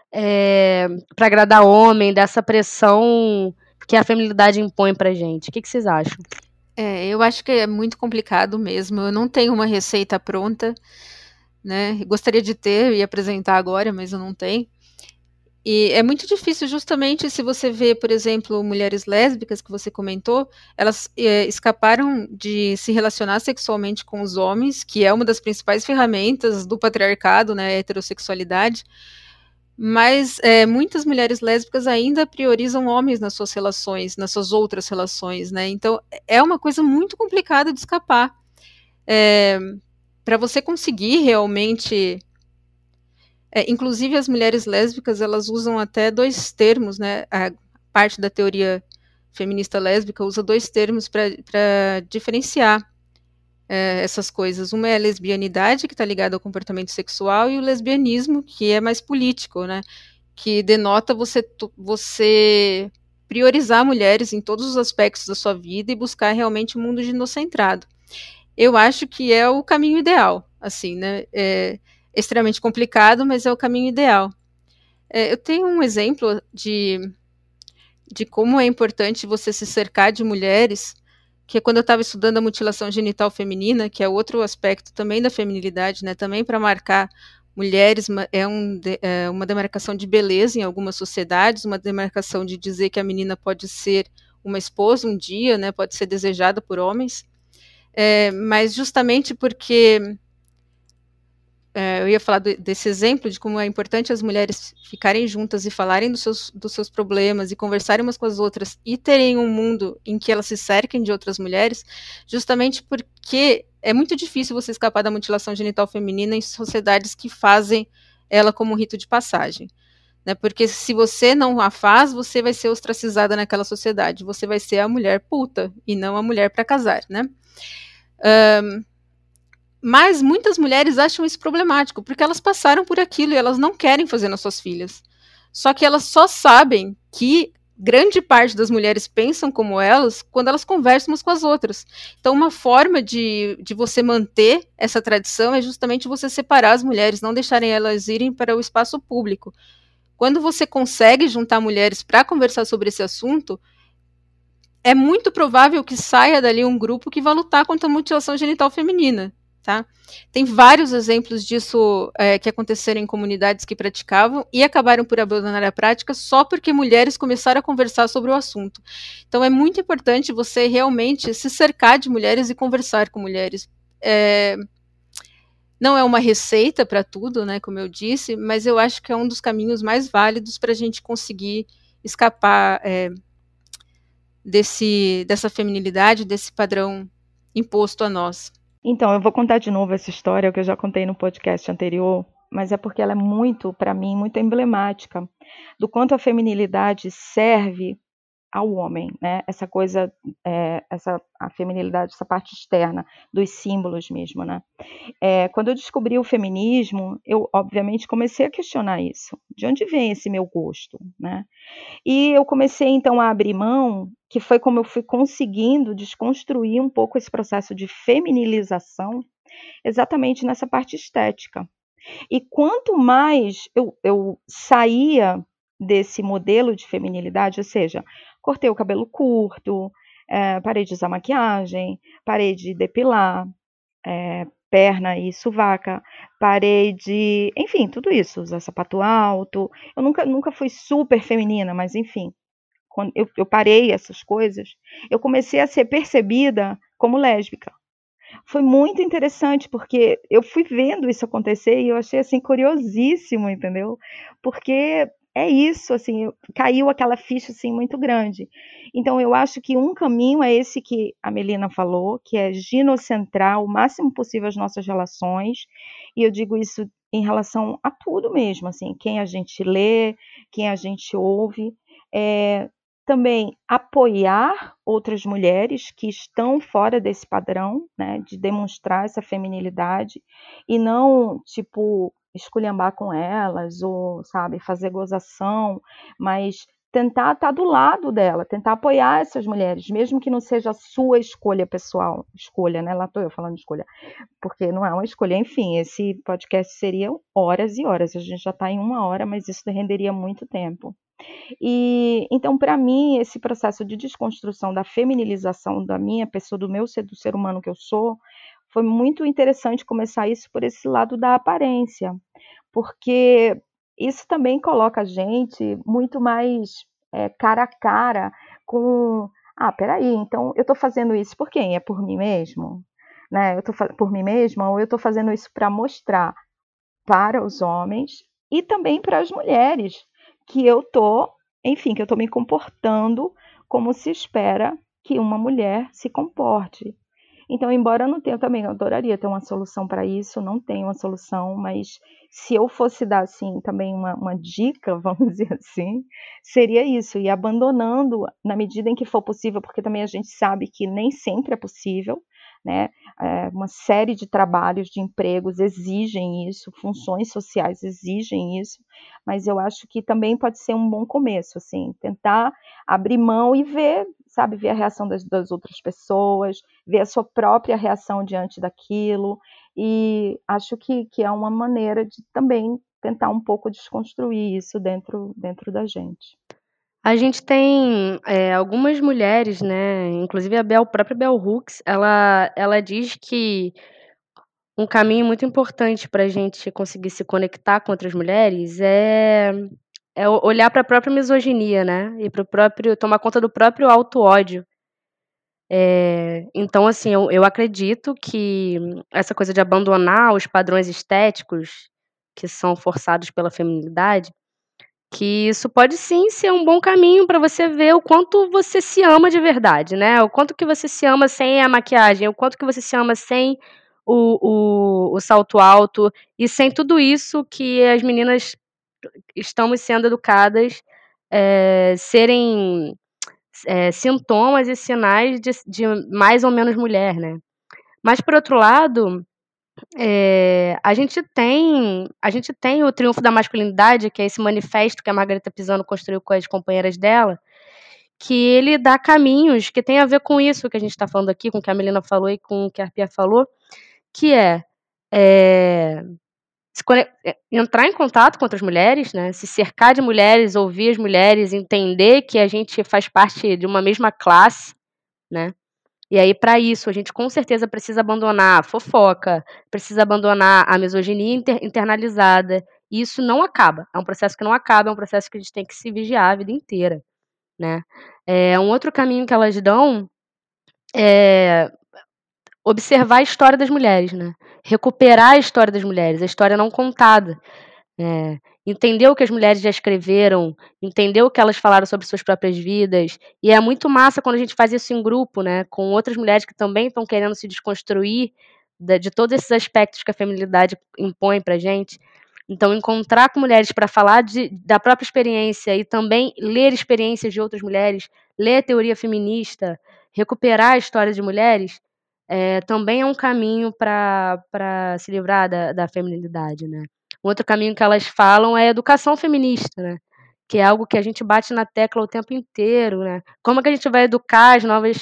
para agradar homem, dessa pressão que a feminilidade impõe pra gente? O que vocês acham? Eu acho que é muito complicado mesmo. Eu não tenho uma receita pronta, né? Gostaria de ter e apresentar agora, mas eu não tenho. E é muito difícil, justamente, se você vê, por exemplo, mulheres lésbicas que você comentou, elas escaparam de se relacionar sexualmente com os homens, que é uma das principais ferramentas do patriarcado, né, a heterossexualidade, mas muitas mulheres lésbicas ainda priorizam homens nas suas relações, nas suas outras relações, né, então é uma coisa muito complicada de escapar. Para você conseguir realmente... inclusive as mulheres lésbicas, elas usam até dois termos, né? A parte da teoria feminista lésbica usa dois termos para diferenciar essas coisas. Uma é a lesbianidade, que está ligada ao comportamento sexual, e o lesbianismo, que é mais político, né? Que denota você priorizar mulheres em todos os aspectos da sua vida e buscar realmente um mundo ginocentrado. Eu acho que é o caminho ideal, assim, né? Extremamente complicado, mas é o caminho ideal. Eu tenho um exemplo de como é importante você se cercar de mulheres, que é quando eu estava estudando a mutilação genital feminina, que é outro aspecto também da feminilidade, né, também para marcar mulheres é uma demarcação de beleza em algumas sociedades, uma demarcação de dizer que a menina pode ser uma esposa um dia, né, pode ser desejada por homens, mas justamente porque eu ia falar desse exemplo de como é importante as mulheres ficarem juntas e falarem dos seus problemas e conversarem umas com as outras e terem um mundo em que elas se cerquem de outras mulheres, justamente porque é muito difícil você escapar da mutilação genital feminina em sociedades que fazem ela como um rito de passagem. Né? Porque se você não a faz, você vai ser ostracizada naquela sociedade, você vai ser a mulher puta e não a mulher para casar, né? Mas muitas mulheres acham isso problemático, porque elas passaram por aquilo e elas não querem fazer nas suas filhas. Só que elas só sabem que grande parte das mulheres pensam como elas quando elas conversam umas com as outras. Então, uma forma de você manter essa tradição é justamente você separar as mulheres, não deixarem elas irem para o espaço público. Quando você consegue juntar mulheres para conversar sobre esse assunto, é muito provável que saia dali um grupo que vai lutar contra a mutilação genital feminina. Tá? Tem vários exemplos disso que aconteceram em comunidades que praticavam e acabaram por abandonar a prática só porque mulheres começaram a conversar sobre o assunto. Então é muito importante você realmente se cercar de mulheres e conversar com mulheres. Não é uma receita para tudo, né, como eu disse, mas eu acho que é um dos caminhos mais válidos para a gente conseguir escapar dessa feminilidade, desse padrão imposto a nós. Então, eu vou contar de novo essa história que eu já contei no podcast anterior, mas é porque ela é muito, para mim, muito emblemática do quanto a feminilidade serve ao homem, né? Essa coisa, a feminilidade, essa parte externa dos símbolos mesmo, né? Quando eu descobri o feminismo, eu obviamente comecei a questionar isso. De onde vem esse meu gosto, né? E eu comecei então a abrir mão, que foi como eu fui conseguindo desconstruir um pouco esse processo de feminilização, exatamente nessa parte estética. E quanto mais eu saía desse modelo de feminilidade, ou seja, cortei o cabelo curto, parei de usar maquiagem, parei de depilar, perna e sovaca, parei de, enfim, tudo isso, usar sapato alto. Eu nunca fui super feminina, mas enfim, quando eu parei essas coisas, eu comecei a ser percebida como lésbica. Foi muito interessante, porque eu fui vendo isso acontecer e eu achei, assim, curiosíssimo, entendeu? Porque é isso, assim, caiu aquela ficha, assim, muito grande. Então eu acho que um caminho é esse que a Melina falou, que é ginocentrar o máximo possível as nossas relações, e eu digo isso em relação a tudo mesmo, assim, quem a gente lê, quem a gente ouve, também apoiar outras mulheres que estão fora desse padrão, né, de demonstrar essa feminilidade e não, tipo, esculhambar com elas ou, sabe, fazer gozação, mas tentar estar do lado dela, tentar apoiar essas mulheres, mesmo que não seja a sua escolha pessoal, escolha, né, lá estou eu falando de escolha, porque não é uma escolha, enfim, esse podcast seria horas e horas, a gente já está em 1 hora, mas isso renderia muito tempo. E então, para mim, esse processo de desconstrução da feminilização da minha pessoa, do ser humano que eu sou, foi muito interessante começar isso por esse lado da aparência, porque isso também coloca a gente muito mais cara a cara com, peraí, então eu estou fazendo isso por quem? É por mim mesmo? Né? Eu estou por mim mesma ou eu estou fazendo isso para mostrar para os homens e também para as mulheres que eu tô, enfim, que eu estou me comportando como se espera que uma mulher se comporte. Então, embora eu não tenha também, eu adoraria ter uma solução para isso, não tenho uma solução, mas se eu fosse dar, assim, também uma dica, vamos dizer assim, seria isso, ir abandonando na medida em que for possível, porque também a gente sabe que nem sempre é possível, né? Uma série de trabalhos, de empregos exigem isso, funções sociais exigem isso, mas eu acho que também pode ser um bom começo, assim, tentar abrir mão e ver, sabe, ver a reação das outras pessoas, ver a sua própria reação diante daquilo, e acho que é uma maneira de também tentar um pouco desconstruir isso dentro da gente. A gente tem algumas mulheres, né, inclusive a própria Bell Hooks, ela diz que um caminho muito importante para a gente conseguir se conectar com outras mulheres é olhar para a própria misoginia, né? E para o próprio tomar conta do próprio auto-ódio. Então, assim, eu acredito que essa coisa de abandonar os padrões estéticos que são forçados pela feminilidade, que isso pode sim ser um bom caminho para você ver o quanto você se ama de verdade, né? O quanto que você se ama sem a maquiagem, o quanto que você se ama sem o salto alto e sem tudo isso que as meninas estamos sendo educadas serem sintomas e sinais de mais ou menos mulher, né? Mas, por outro lado, a gente tem o Triunfo da Masculinidade, que é esse manifesto que a Margarita Pisano construiu com as companheiras dela, que ele dá caminhos que tem a ver com isso que a gente está falando aqui, com o que a Melina falou e com o que a Arpia falou, que entrar em contato com outras mulheres, né? Se cercar de mulheres, ouvir as mulheres, entender que a gente faz parte de uma mesma classe, né? E aí, para isso, a gente com certeza precisa abandonar a fofoca, precisa abandonar a misoginia internalizada. E isso não acaba. É um processo que não acaba, é um processo que a gente tem que se vigiar a vida inteira, né? Um outro caminho que elas dão é observar a história das mulheres, né? Recuperar a história das mulheres, a história não contada. Entender o que as mulheres já escreveram, entender o que elas falaram sobre suas próprias vidas, e é muito massa quando a gente faz isso em grupo, né, com outras mulheres que também estão querendo se desconstruir de todos esses aspectos que a feminilidade impõe pra gente. Então, encontrar com mulheres para falar da própria experiência e também ler experiências de outras mulheres, ler teoria feminista, recuperar a história de mulheres, também é um caminho para se livrar da feminilidade, né. Um outro caminho que elas falam é a educação feminista, né, que é algo que a gente bate na tecla o tempo inteiro, né. Como é que a gente vai educar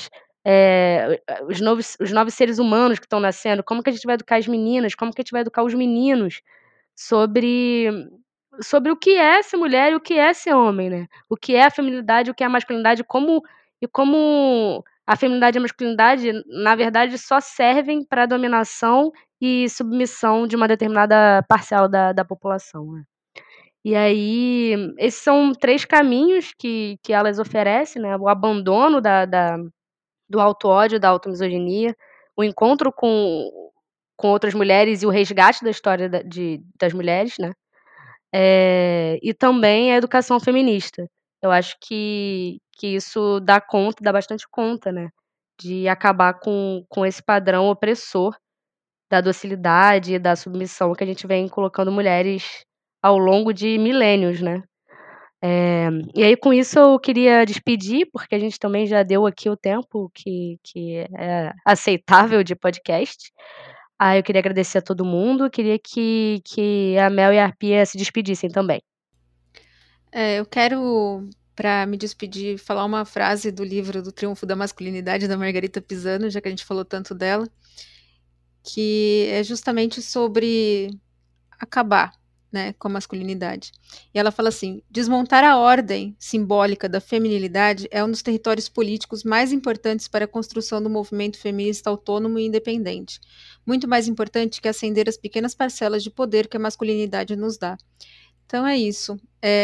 os novos seres humanos que estão nascendo? Como que a gente vai educar as meninas? Como que a gente vai educar os meninos sobre sobre o que é ser mulher e o que é ser homem, né. O que é a feminilidade, o que é a masculinidade, como a feminilidade e a masculinidade, na verdade, só servem para dominação e submissão de uma determinada parcela da população, né. E aí, esses são 3 caminhos que elas oferecem, né, o abandono do auto-ódio, da automisoginia, o encontro com outras mulheres e o resgate da história das mulheres, né, e também a educação feminista. Eu acho que isso dá bastante conta, né, de acabar com esse padrão opressor da docilidade e da submissão que a gente vem colocando mulheres ao longo de milênios, né. E aí com isso eu queria despedir, porque a gente também já deu aqui o tempo que é aceitável de podcast. Aí eu queria agradecer a todo mundo, queria que a Mel e a Arpia se despedissem também. Eu quero, para me despedir, falar uma frase do livro do Triunfo da Masculinidade, da Margarita Pisano, já que a gente falou tanto dela, que é justamente sobre acabar, né, com a masculinidade. E ela fala assim: desmontar a ordem simbólica da feminilidade é um dos territórios políticos mais importantes para a construção do movimento feminista autônomo e independente. Muito mais importante que acender as pequenas parcelas de poder que a masculinidade nos dá. Então é isso.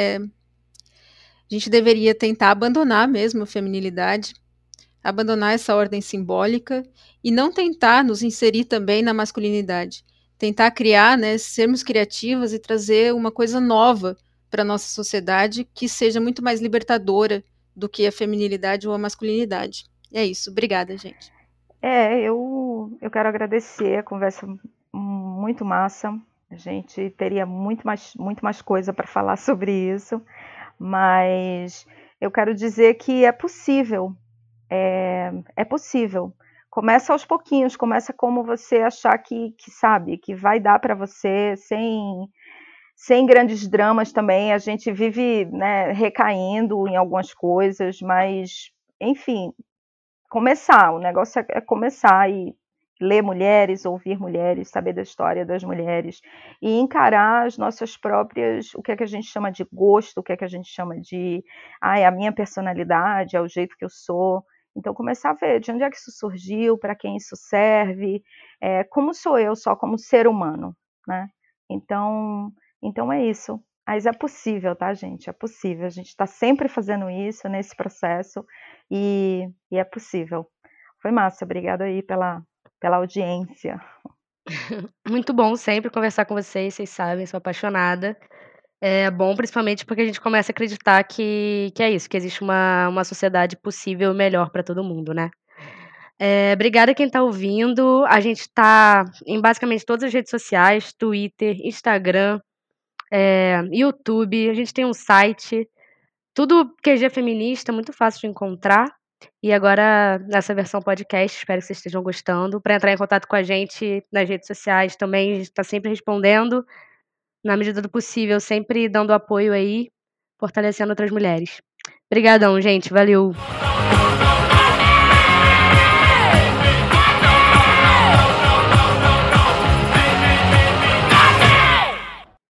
A gente deveria tentar abandonar mesmo a feminilidade, abandonar essa ordem simbólica e não tentar nos inserir também na masculinidade. Tentar criar, né, sermos criativas e trazer uma coisa nova para a nossa sociedade que seja muito mais libertadora do que a feminilidade ou a masculinidade. É isso. Obrigada, gente. Eu quero agradecer a conversa muito massa. A gente teria muito mais coisa para falar sobre isso, mas eu quero dizer que é possível. É possível. Começa aos pouquinhos, começa como você achar que sabe, que vai dar para você, sem grandes dramas também. A gente vive, né, recaindo em algumas coisas, mas, enfim, começar. O negócio é começar e ler mulheres, ouvir mulheres, saber da história das mulheres e encarar as nossas próprias, o que é que a gente chama de gosto, o que é que a gente chama de, a minha personalidade, é o jeito que eu sou. Então, começar a ver de onde é que isso surgiu, para quem isso serve, como sou eu só como ser humano, né? Então é isso. Mas é possível, tá, gente? É possível. A gente está sempre fazendo isso nesse processo e é possível. Foi massa, obrigada aí pela audiência. Muito bom sempre conversar com vocês sabem, sou apaixonada. É bom principalmente porque a gente começa a acreditar que é isso, que existe uma sociedade possível e melhor para todo mundo, né. Obrigada quem tá ouvindo, a gente tá em basicamente todas as redes sociais, Twitter, Instagram, YouTube, a gente tem um site, tudo QG Feminista, muito fácil de encontrar. E agora nessa versão podcast, espero que vocês estejam gostando. Para entrar em contato com a gente nas redes sociais também, a gente tá sempre respondendo, na medida do possível, sempre dando apoio aí, fortalecendo outras mulheres. Obrigadão, gente, valeu.